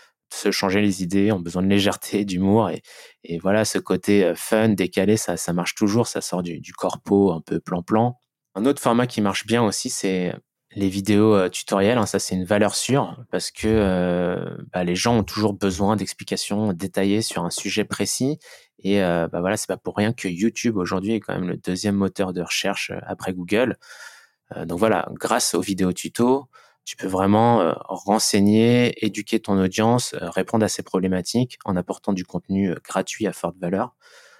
se changer les idées, ont besoin de légèreté, d'humour, et, et voilà, ce côté euh, fun, décalé, ça, ça marche toujours, ça sort du, du corpo un peu plan-plan. Un autre format qui marche bien aussi, c'est les vidéos euh, tutoriels, hein. Ça c'est une valeur sûre parce que euh, bah, les gens ont toujours besoin d'explications détaillées sur un sujet précis, et euh, bah voilà, c'est pas pour rien que YouTube aujourd'hui est quand même le deuxième moteur de recherche après Google. Euh, donc voilà, grâce aux vidéos tutos, tu peux vraiment euh, renseigner, éduquer ton audience, euh, répondre à ses problématiques en apportant du contenu euh, gratuit à forte valeur.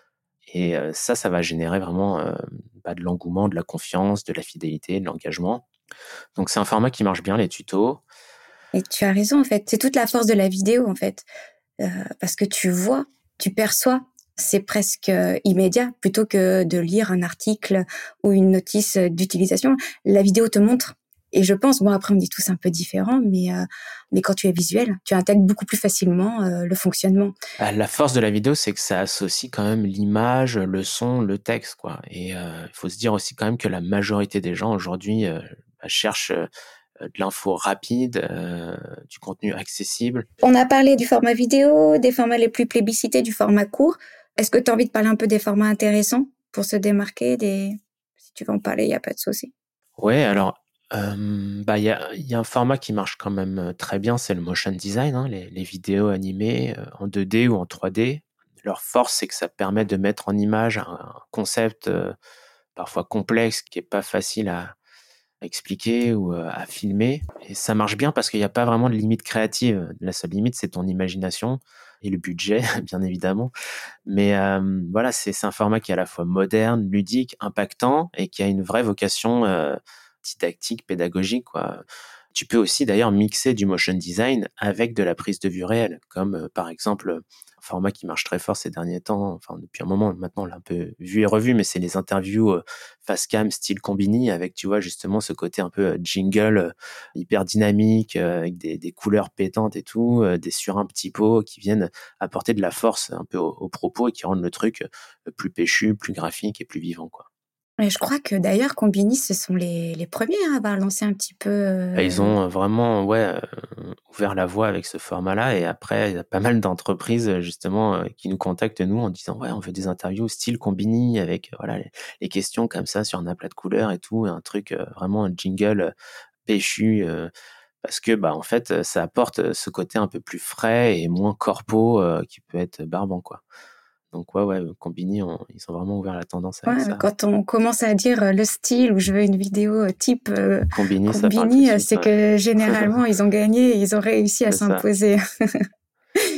Et euh, ça, ça va générer vraiment euh, bah, de l'engouement, de la confiance, de la fidélité, de l'engagement. Donc, c'est un format qui marche bien, les tutos. Et tu as raison, en fait. C'est toute la force de la vidéo, en fait. Euh, parce que tu vois, tu perçois. C'est presque immédiat. Plutôt que de lire un article ou une notice d'utilisation, la vidéo te montre. Et je pense, bon, après, on dit tous un peu différent, mais, euh, mais quand tu es visuel, tu intègres beaucoup plus facilement euh, le fonctionnement. La force de la vidéo, c'est que ça associe quand même l'image, le son, le texte, quoi. Et il euh, faut se dire aussi quand même que la majorité des gens aujourd'hui euh, cherchent euh, de l'info rapide, euh, du contenu accessible. On a parlé du format vidéo, des formats les plus plébiscités, du format court. Est-ce que tu as envie de parler un peu des formats intéressants pour se démarquer des... Si tu veux en parler, il n'y a pas de souci. Ouais, alors, euh, bah, il y a, y a un format qui marche quand même très bien, c'est le motion design, hein, les, les vidéos animées euh, en deux D ou en trois D. Leur force, c'est que ça permet de mettre en image un, un concept euh, parfois complexe qui est pas facile à, à expliquer ou euh, à filmer. Et ça marche bien parce qu'il n'y a pas vraiment de limite créative. La seule limite, c'est ton imagination et le budget, bien évidemment. Mais euh, voilà, c'est, c'est un format qui est à la fois moderne, ludique, impactant et qui a une vraie vocation euh, didactique, pédagogique, quoi. Tu peux aussi d'ailleurs mixer du motion design avec de la prise de vue réelle, comme euh, par exemple un format qui marche très fort ces derniers temps, enfin depuis un moment maintenant on l'a un peu vu et revu, mais c'est les interviews euh, face cam style Combini avec, tu vois, justement ce côté un peu euh, jingle euh, hyper dynamique euh, avec des, des couleurs pétantes et tout, euh, des surins petits pots qui viennent apporter de la force un peu au, au propos et qui rendent le truc euh, plus péchu, plus graphique et plus vivant, quoi. Et je crois que d'ailleurs, Combini, ce sont les, les premiers à avoir lancé un petit peu... Euh... Ils ont vraiment ouais, euh, ouvert la voie avec ce format-là. Et après, il y a pas mal d'entreprises justement euh, qui nous contactent, nous, en disant « Ouais, on veut des interviews style Combini avec voilà, les, les questions comme ça sur un aplat de couleurs et tout. » Un truc euh, vraiment un jingle euh, péchu. Euh, parce que bah, en fait, ça apporte ce côté un peu plus frais et moins corpo euh, qui peut être barbant, quoi. Donc ouais, ouais, Combini, on, ils ont vraiment ouvert la tendance avec Ouais, ça. quand on commence à dire le style ou je veux une vidéo type euh, Combini, Combini, ça parle tout de suite, c'est ouais. que généralement ils ont gagné, ils ont réussi à C'est s'imposer.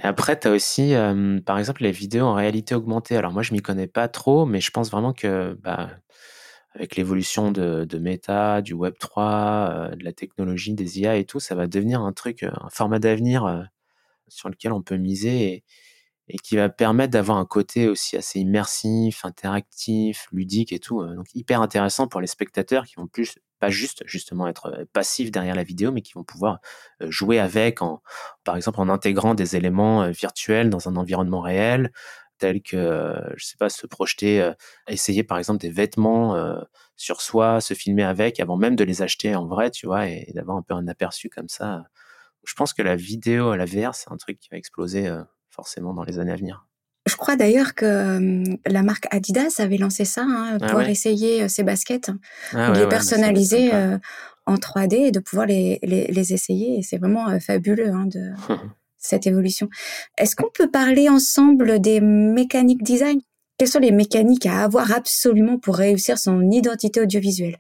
Et après, tu as aussi, euh, par exemple, les vidéos en réalité augmentée. Alors moi, je m'y connais pas trop, mais je pense vraiment que bah, avec l'évolution de, de Meta, du Web trois, euh, de la technologie, des I A et tout, ça va devenir un truc, euh, un format d'avenir euh, sur lequel on peut miser et, et qui va permettre d'avoir un côté aussi assez immersif, interactif, ludique et tout. euh, Donc hyper intéressant pour les spectateurs qui vont plus pas juste justement être euh, passifs derrière la vidéo, mais qui vont pouvoir euh, jouer avec, en, par exemple en intégrant des éléments euh, virtuels dans un environnement réel, tels que, euh, je sais pas, se projeter, euh, essayer par exemple des vêtements euh, sur soi, se filmer avec, avant même de les acheter en vrai, tu vois, et, et d'avoir un peu un aperçu comme ça. Je pense que la vidéo à la V R, c'est un truc qui va exploser euh, forcément dans les années à venir. Je crois d'ailleurs que euh, la marque Adidas avait lancé ça, hein, Ah pouvoir ouais? essayer euh, ses baskets Ah ou de ouais, les ouais, bah ça m'étonne personnaliser pas. euh, en trois D et de pouvoir les, les, les essayer. Et c'est vraiment euh, fabuleux hein, de cette évolution. Est-ce qu'on peut parler ensemble des mécaniques design? Quelles sont les mécaniques à avoir absolument pour réussir son identité audiovisuelle?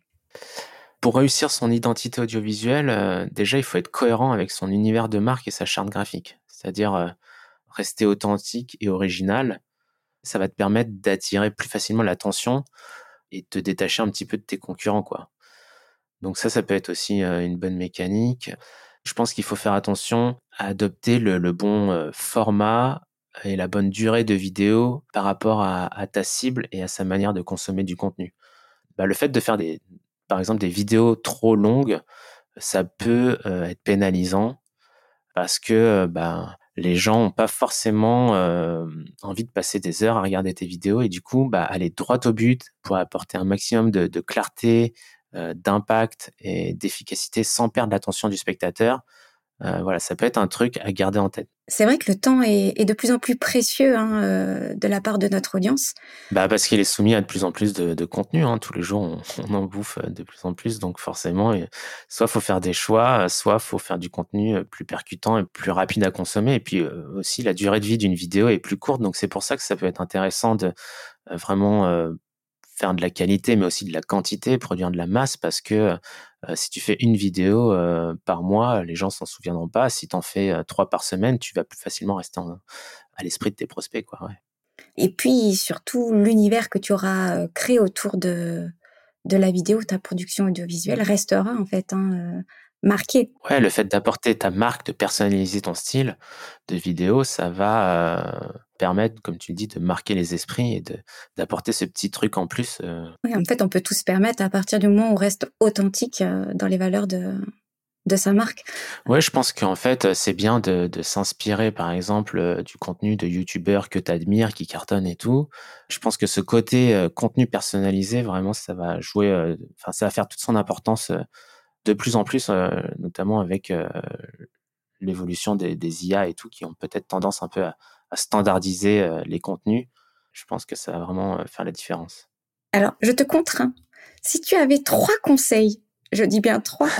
Pour réussir son identité audiovisuelle, euh, déjà, il faut être cohérent avec son univers de marque et sa charte graphique. C'est-à-dire euh, rester authentique et original. Ça va te permettre d'attirer plus facilement l'attention et de te détacher un petit peu de tes concurrents, quoi. Donc ça, ça peut être aussi euh, une bonne mécanique. Je pense qu'il faut faire attention à adopter le, le bon euh, format et la bonne durée de vidéo par rapport à, à ta cible et à sa manière de consommer du contenu. Bah, le fait de faire des, par exemple, des vidéos trop longues, ça peut euh, être pénalisant parce que euh, bah, les gens n'ont pas forcément euh, envie de passer des heures à regarder tes vidéos et du coup, bah, aller droit au but pour apporter un maximum de, de clarté, euh, d'impact et d'efficacité sans perdre l'attention du spectateur. Euh, voilà, ça peut être un truc à garder en tête. C'est vrai que le temps est, est de plus en plus précieux hein, euh, de la part de notre audience. Bah parce qu'il est soumis à de plus en plus de, de contenu. Hein. Tous les jours, on, on en bouffe de plus en plus. Donc forcément, et, soit faut faire des choix, soit faut faire du contenu euh, plus percutant et plus rapide à consommer. Et puis euh, aussi, la durée de vie d'une vidéo est plus courte. Donc c'est pour ça que ça peut être intéressant de euh, vraiment euh, faire de la qualité, mais aussi de la quantité, produire de la masse. Parce que euh, si tu fais une vidéo euh, par mois, les gens s'en souviendront pas. Si tu en fais euh, trois par semaine, tu vas plus facilement rester en, à l'esprit de tes prospects, quoi. Ouais. Et puis surtout, l'univers que tu auras euh, créé autour de, de la vidéo, ta production audiovisuelle, restera en fait hein, euh, marqué. Ouais, le fait d'apporter ta marque, de personnaliser ton style de vidéo, ça va euh, permettre, comme tu dis, de marquer les esprits et de d'apporter ce petit truc en plus. euh. Oui, en fait, on peut tout se permettre à partir du moment où on reste authentique euh, dans les valeurs de, de sa marque. Ouais, je pense qu'en fait, c'est bien de, de s'inspirer, par exemple, euh, du contenu de youtubeurs que tu admires, qui cartonnent et tout. Je pense que ce côté euh, contenu personnalisé, vraiment, ça va jouer, euh, enfin, ça va faire toute son importance euh, de plus en plus, euh, notamment avec euh, l'évolution des, des I A et tout, qui ont peut-être tendance un peu à, à standardiser euh, les contenus. Je pense que ça va vraiment euh, faire la différence. Alors, je te contrains. Si tu avais trois conseils, je dis bien trois,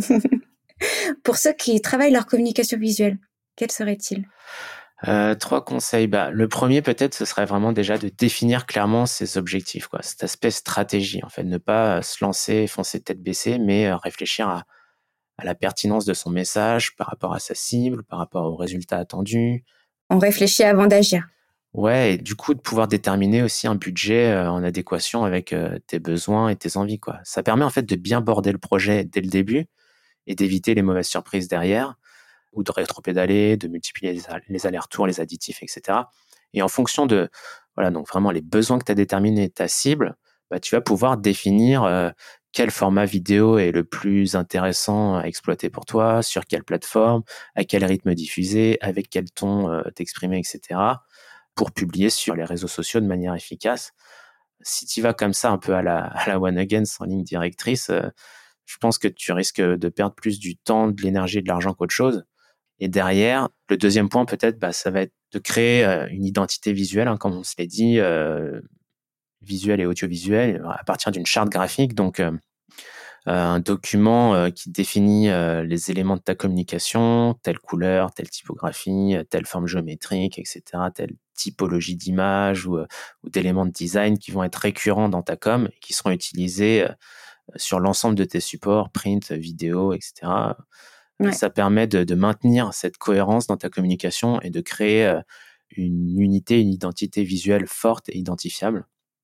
pour ceux qui travaillent leur communication visuelle, quels seraient-ils? Euh, trois conseils. Bah, le premier, peut-être, ce serait vraiment déjà de définir clairement ses objectifs, quoi. Cet aspect stratégie, en fait, ne pas euh, se lancer, foncer tête baissée, mais euh, réfléchir à, à la pertinence de son message par rapport à sa cible, par rapport aux résultats attendus. On réfléchit avant d'agir. Ouais, et du coup, de pouvoir déterminer aussi un budget euh, en adéquation avec euh, tes besoins et tes envies, quoi. Ça permet en fait de bien border le projet dès le début et d'éviter les mauvaises surprises derrière, ou de rétropédaler, de multiplier les, a- les allers-retours, les additifs, et cetera. Et en fonction de, voilà, donc vraiment les besoins que tu as déterminés, ta cible, bah, tu vas pouvoir définir euh, quel format vidéo est le plus intéressant à exploiter pour toi, sur quelle plateforme, à quel rythme diffuser, avec quel ton euh, t'exprimer, et cetera, pour publier sur les réseaux sociaux de manière efficace. Si tu vas comme ça un peu à la, à la one again, sans ligne directrice, euh, je pense que tu risques de perdre plus du temps, de l'énergie et de l'argent qu'autre chose. Et derrière, le deuxième point peut-être, bah, ça va être de créer euh, une identité visuelle, hein, comme on se l'est dit, euh, visuelle et audiovisuelle, à partir d'une charte graphique. Donc, euh, euh, un document euh, qui définit euh, les éléments de ta communication, telle couleur, telle typographie, euh, telle forme géométrique, et cetera, telle typologie d'image ou, euh, ou d'éléments de design qui vont être récurrents dans ta com et qui seront utilisés euh, sur l'ensemble de tes supports, print, vidéo, et cetera. Ouais. Ça permet de, de maintenir cette cohérence dans ta communication et de créer euh, une unité, une identité visuelle forte et identifiable.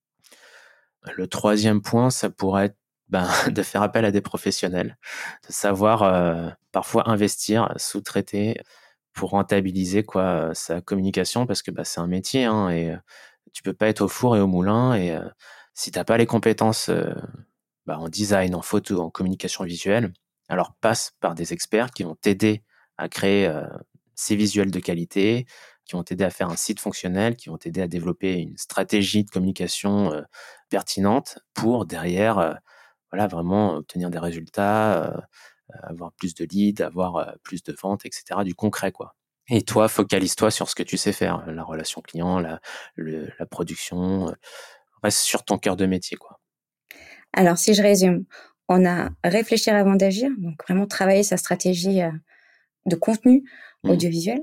Le troisième point, ça pourrait être ben, de faire appel à des professionnels, de savoir euh, parfois investir, sous-traiter pour rentabiliser quoi, euh, sa communication, parce que bah, c'est un métier, hein, et euh, tu peux pas être au four et au moulin. Et euh, si t'as pas les compétences euh, bah, en design, en photo, en communication visuelle, alors passe par des experts qui vont t'aider à créer euh, ces visuels de qualité, qui vont t'aider à faire un site fonctionnel, qui vont t'aider à développer une stratégie de communication euh, pertinente pour derrière, euh, voilà, vraiment obtenir des résultats, euh, avoir plus de leads, avoir euh, plus de ventes, et cetera, du concret, quoi. Et toi, focalise-toi sur ce que tu sais faire, la relation client, la, le- la production, euh, reste sur ton cœur de métier, quoi. Alors, si je résume, on a réfléchir avant d'agir, donc vraiment travailler sa stratégie euh, de contenu Mm. audiovisuel,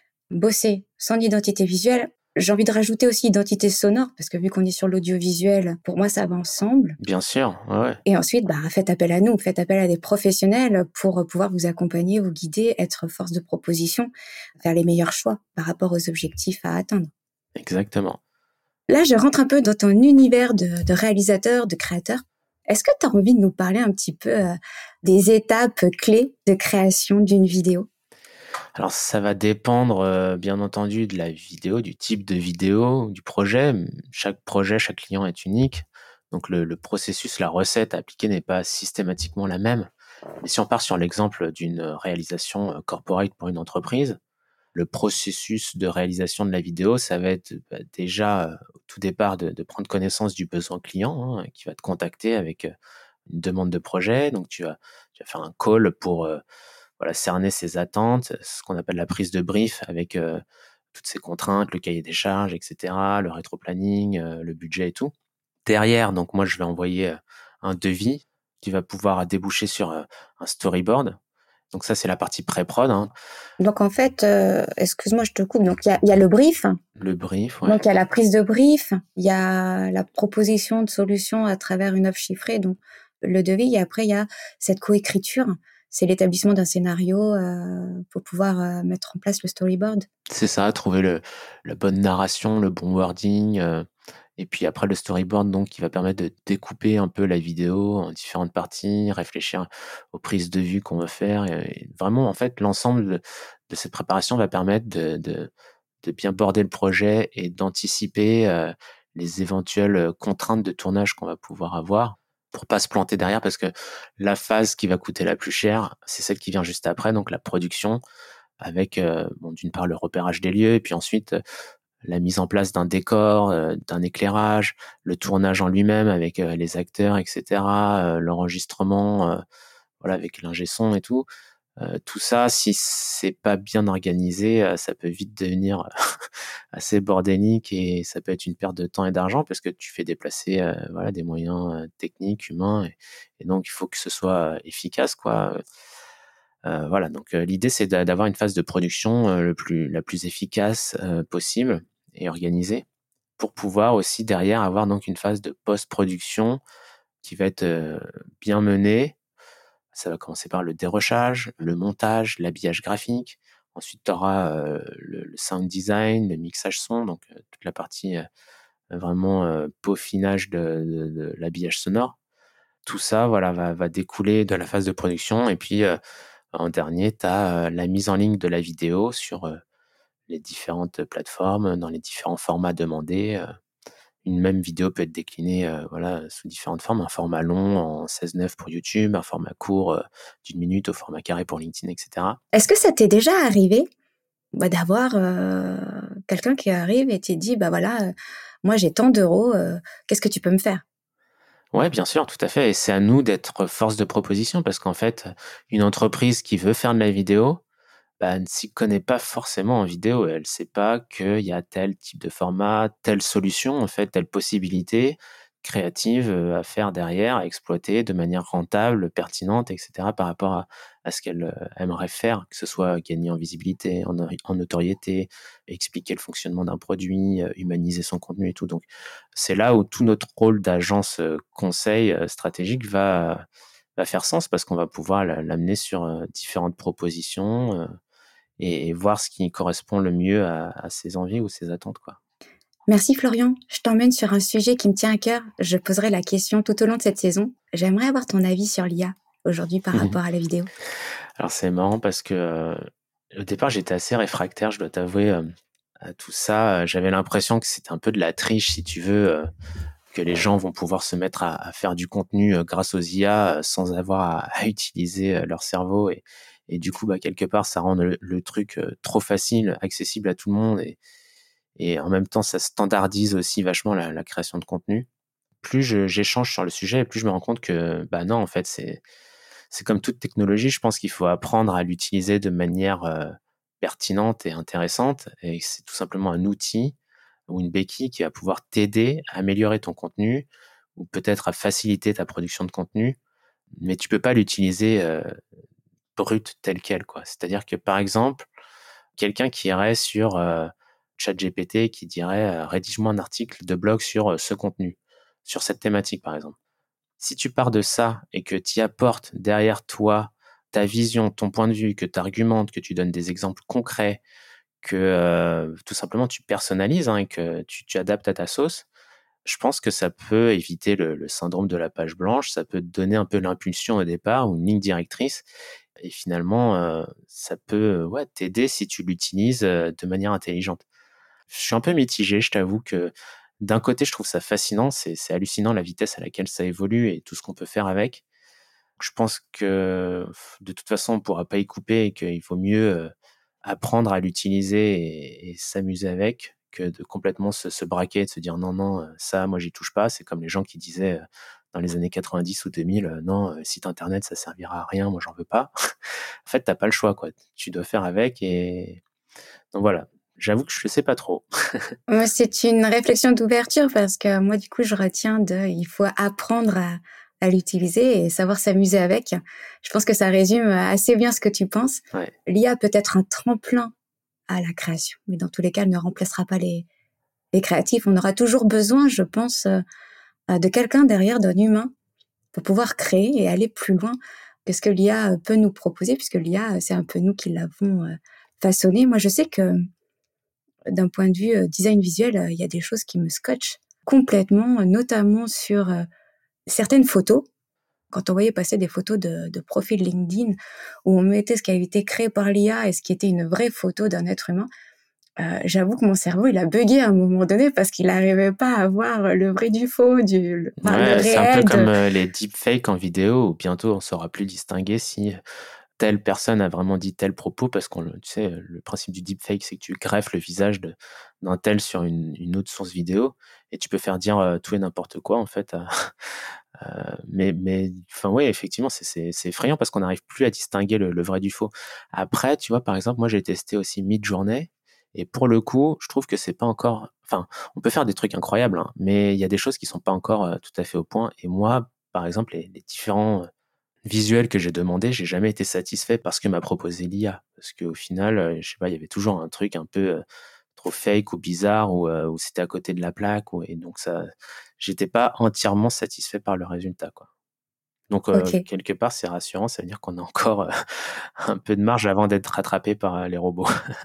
bosser son identité visuelle. J'ai envie de rajouter aussi identité sonore, parce que vu qu'on est sur l'audiovisuel, pour moi, ça va ensemble. Bien sûr, ouais, ouais. Et ensuite, bah, faites appel à nous, faites appel à des professionnels pour pouvoir vous accompagner, vous guider, être force de proposition, faire les meilleurs choix par rapport aux objectifs à atteindre. Exactement. Là, je rentre un peu dans ton univers de, de réalisateur, de créateur. Est-ce que tu as envie de nous parler un petit peu euh, des étapes clés de création d'une vidéo? Alors, ça va dépendre, euh, bien entendu, de la vidéo, du type de vidéo, du projet. Chaque projet, chaque client est unique. Donc, le, le processus, la recette à appliquer n'est pas systématiquement la même. Mais si on part sur l'exemple d'une réalisation euh, corporate pour une entreprise, le processus de réalisation de la vidéo, ça va être bah, déjà euh, au tout départ de, de prendre connaissance du besoin client, hein, qui va te contacter avec euh, une demande de projet. Donc, tu vas, tu vas faire un call pour euh, voilà, cerner ses attentes, ce qu'on appelle la prise de brief avec euh, toutes ces contraintes, le cahier des charges, et cetera, le rétro-planning, euh, le budget et tout. Derrière, donc moi, je vais envoyer euh, un devis qui va pouvoir déboucher sur euh, un storyboard. Donc ça, c'est la partie pré-prod, hein. Donc en fait, euh, excuse-moi, je te coupe. Donc il y a, il y a le brief, Le brief, ouais. donc il y a la prise de brief, il y a la proposition de solution à travers une offre chiffrée, donc le devis, et après il y a cette coécriture, c'est l'établissement d'un scénario euh, pour pouvoir euh, mettre en place le storyboard. C'est ça, trouver le, la bonne narration, le bon wording, euh, et puis après le storyboard, donc, qui va permettre de découper un peu la vidéo en différentes parties, réfléchir aux prises de vue qu'on veut faire. Et, et vraiment, en fait, l'ensemble de, de cette préparation va permettre de, de, de bien border le projet et d'anticiper euh, les éventuelles contraintes de tournage qu'on va pouvoir avoir pour pas se planter derrière, parce que la phase qui va coûter la plus cher, c'est celle qui vient juste après, donc la production, avec euh, bon, d'une part le repérage des lieux, et puis ensuite euh, la mise en place d'un décor, euh, d'un éclairage, le tournage en lui-même avec euh, les acteurs, et cetera, euh, l'enregistrement, euh, voilà, avec l'ingé son et tout. Euh, tout ça, si c'est pas bien organisé, euh, ça peut vite devenir assez bordélique, et ça peut être une perte de temps et d'argent, parce que tu fais déplacer euh, voilà, des moyens euh, techniques, humains, et, et donc il faut que ce soit euh, efficace, quoi. Euh, voilà, donc euh, l'idée, c'est d'a- d'avoir une phase de production euh, le plus, la plus efficace euh, possible et organisée, pour pouvoir aussi derrière avoir donc une phase de post-production qui va être euh, bien menée. Ça va commencer par le dérochage, le montage, l'habillage graphique. Ensuite, tu auras euh, le, le sound design, le mixage son, donc euh, toute la partie euh, vraiment euh, peaufinage de, de, de l'habillage sonore. Tout ça, voilà, va, va découler de la phase de production. Et puis, euh, en dernier, tu as euh, la mise en ligne de la vidéo sur euh, les différentes plateformes, dans les différents formats demandés. Euh, une même vidéo peut être déclinée euh, voilà, sous différentes formes, un format long en seize neuf pour YouTube, un format court euh, d'une minute au format carré pour LinkedIn, et cetera. Est-ce que ça t'est déjà arrivé bah, d'avoir euh, quelqu'un qui arrive et te dit, bah voilà, euh, moi j'ai tant d'euros, euh, qu'est-ce que tu peux me faire? Ouais, bien sûr, tout à fait. Et c'est à nous d'être force de proposition, parce qu'en fait, une entreprise qui veut faire de la vidéo, bah, ne s'y connaît pas forcément en vidéo. Elle ne sait pas qu'il y a tel type de format, telle solution, en fait, telle possibilité créative euh, à faire derrière, à exploiter de manière rentable, pertinente, et cetera, par rapport à, à ce qu'elle euh, aimerait faire, que ce soit gagner en visibilité, en, ori- en notoriété, expliquer le fonctionnement d'un produit, euh, humaniser son contenu et tout. Donc, c'est là où tout notre rôle d'agence euh, conseil euh, stratégique va, va faire sens parce qu'on va pouvoir l'amener sur euh, différentes propositions euh, et, et voir ce qui correspond le mieux à, à ses envies ou ses attentes, quoi. Merci Florian, je t'emmène sur un sujet qui me tient à cœur. Je poserai la question tout au long de cette saison. J'aimerais avoir ton avis sur l'I A aujourd'hui par rapport à la vidéo. Alors c'est marrant parce que euh, au départ j'étais assez réfractaire, je dois t'avouer, euh, à tout ça. J'avais l'impression que c'était un peu de la triche, si tu veux, euh, que les gens vont pouvoir se mettre à, à faire du contenu euh, grâce aux I A euh, sans avoir à, à utiliser euh, leur cerveau et, et du coup bah quelque part ça rend le, le truc euh, trop facile, accessible à tout le monde et Et en même temps, ça standardise aussi vachement la, la création de contenu. Plus je, j'échange sur le sujet, plus je me rends compte que, bah non, en fait, c'est, c'est comme toute technologie. Je pense qu'il faut apprendre à l'utiliser de manière euh, pertinente et intéressante. Et c'est tout simplement un outil ou une béquille qui va pouvoir t'aider à améliorer ton contenu ou peut-être à faciliter ta production de contenu. Mais tu peux pas l'utiliser euh, brut tel quel, quoi. C'est-à-dire que, par exemple, quelqu'un qui irait sur euh, ChatGPT qui dirait euh, rédige-moi un article de blog sur euh, ce contenu, sur cette thématique par exemple. Si tu pars de ça et que tu apportes derrière toi ta vision, ton point de vue, que tu argumentes, que tu donnes des exemples concrets, que euh, tout simplement tu personnalises hein, et que tu, tu adaptes à ta sauce, je pense que ça peut éviter le, le syndrome de la page blanche, ça peut te donner un peu l'impulsion au départ ou une ligne directrice et finalement euh, ça peut ouais, t'aider si tu l'utilises euh, de manière intelligente. Je suis un peu mitigé, je t'avoue que d'un côté, je trouve ça fascinant, c'est, c'est hallucinant la vitesse à laquelle ça évolue et tout ce qu'on peut faire avec. Je pense que de toute façon, on ne pourra pas y couper et qu'il vaut mieux euh, apprendre à l'utiliser et, et s'amuser avec que de complètement se, se braquer et de se dire non, non, ça, moi, j'y touche pas. C'est comme les gens qui disaient euh, dans les années quatre-vingt-dix ou deux mille, euh, non, euh, site internet, ça servira à rien, moi, j'en veux pas. En fait, t'as pas le choix, quoi. Tu dois faire avec et donc voilà. J'avoue que je ne sais pas trop. Moi, c'est une réflexion d'ouverture parce que moi, du coup, je retiens de, il faut apprendre à, à l'utiliser et savoir s'amuser avec. Je pense que ça résume assez bien ce que tu penses. Ouais. L'I A peut être un tremplin à la création, mais dans tous les cas, elle ne remplacera pas les, les créatifs. On aura toujours besoin, je pense, de quelqu'un derrière, d'un humain, pour pouvoir créer et aller plus loin que ce que l'I A peut nous proposer, puisque l'I A, c'est un peu nous qui l'avons façonné. Moi, je sais que d'un point de vue euh, design visuel, il euh, y a des choses qui me scotchent complètement, notamment sur euh, certaines photos. Quand on voyait passer des photos de, de profil LinkedIn où on mettait ce qui avait été créé par l'I A et ce qui était une vraie photo d'un être humain, euh, j'avoue que mon cerveau, il a bugué à un moment donné parce qu'il n'arrivait pas à voir le vrai du faux, du, le, ouais, le réel. C'est un peu de... comme euh, les deepfakes en vidéo où bientôt on ne saura plus distinguer si telle personne a vraiment dit tel propos parce qu'on, tu sais, le principe du deepfake, c'est que tu greffes le visage de, d'un tel sur une, une autre source vidéo et tu peux faire dire euh, tout et n'importe quoi en fait. Euh, euh, mais, mais, enfin ouais, effectivement, c'est, c'est, c'est effrayant parce qu'on n'arrive plus à distinguer le, le vrai du faux. Après, tu vois, par exemple, moi j'ai testé aussi Midjourney et pour le coup, je trouve que c'est pas encore. Enfin, on peut faire des trucs incroyables, hein, mais il y a des choses qui sont pas encore euh, tout à fait au point. Et moi, par exemple, les, les différents visuel que j'ai demandé, j'ai jamais été satisfait par ce que m'a proposé l'I A. Parce qu'au final, euh, je sais pas, il y avait toujours un truc un peu euh, trop fake ou bizarre ou, euh, ou c'était à côté de la plaque. Ou, et donc, ça, j'étais pas entièrement satisfait par le résultat, quoi. Donc, euh, Ok. quelque part, c'est rassurant. Ça veut dire qu'on a encore euh, un peu de marge avant d'être rattrapé par euh, les robots.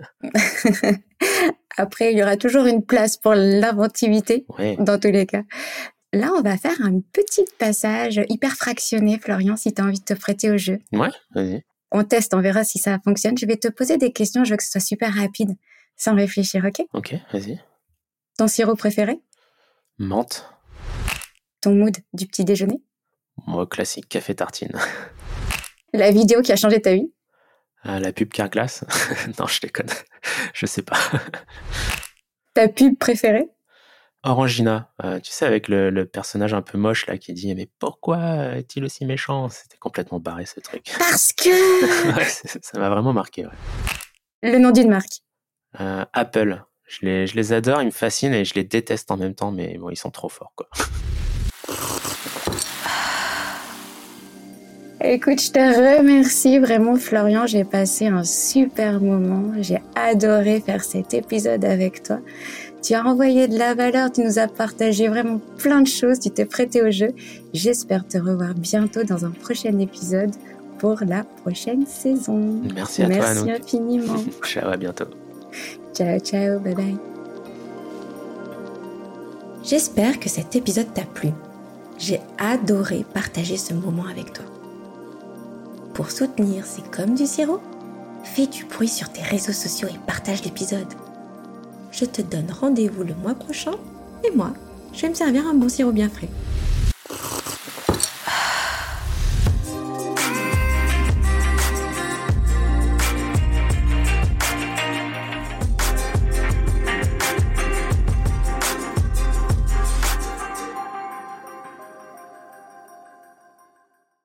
Après, il y aura toujours une place pour l'inventivité, Ouais. dans tous les cas. Là, on va faire un petit passage hyper fractionné, Florian, si tu as envie de te prêter au jeu. Ouais, vas-y. On teste, on verra si ça fonctionne. Je vais te poser des questions, je veux que ce soit super rapide, sans réfléchir, ok? Ok, vas-y. Ton sirop préféré? Menthe. Ton mood du petit déjeuner? Moi, classique, café tartine. La vidéo qui a changé ta vie? Euh, la pub Carglass. Non, je déconne. Je sais pas. Ta pub préférée? Orangina, euh, tu sais, avec le, le personnage un peu moche là qui dit mais pourquoi est-il aussi méchant? C'était complètement barré ce truc. Parce que... Ouais, c'est- ça m'a vraiment marqué. Ouais. Le nom d'une marque? Euh, Apple, je les, je les adore, ils me fascinent et je les déteste en même temps, mais bon, ils sont trop forts quoi. Écoute, je te remercie vraiment, Florian. J'ai passé un super moment. J'ai adoré faire cet épisode avec toi. Tu as envoyé de la valeur, tu nous as partagé vraiment plein de choses, tu t'es prêté au jeu. J'espère te revoir bientôt dans un prochain épisode pour la prochaine saison. Merci à Merci toi, Anouk. infiniment. Ciao, à bientôt. Ciao, ciao, bye bye. J'espère que cet épisode t'a plu. J'ai adoré partager ce moment avec toi. Pour soutenir C'est comme du sirop, fais du bruit sur tes réseaux sociaux et partage l'épisode. Je te donne rendez-vous le mois prochain et moi, je vais me servir un bon sirop bien frais.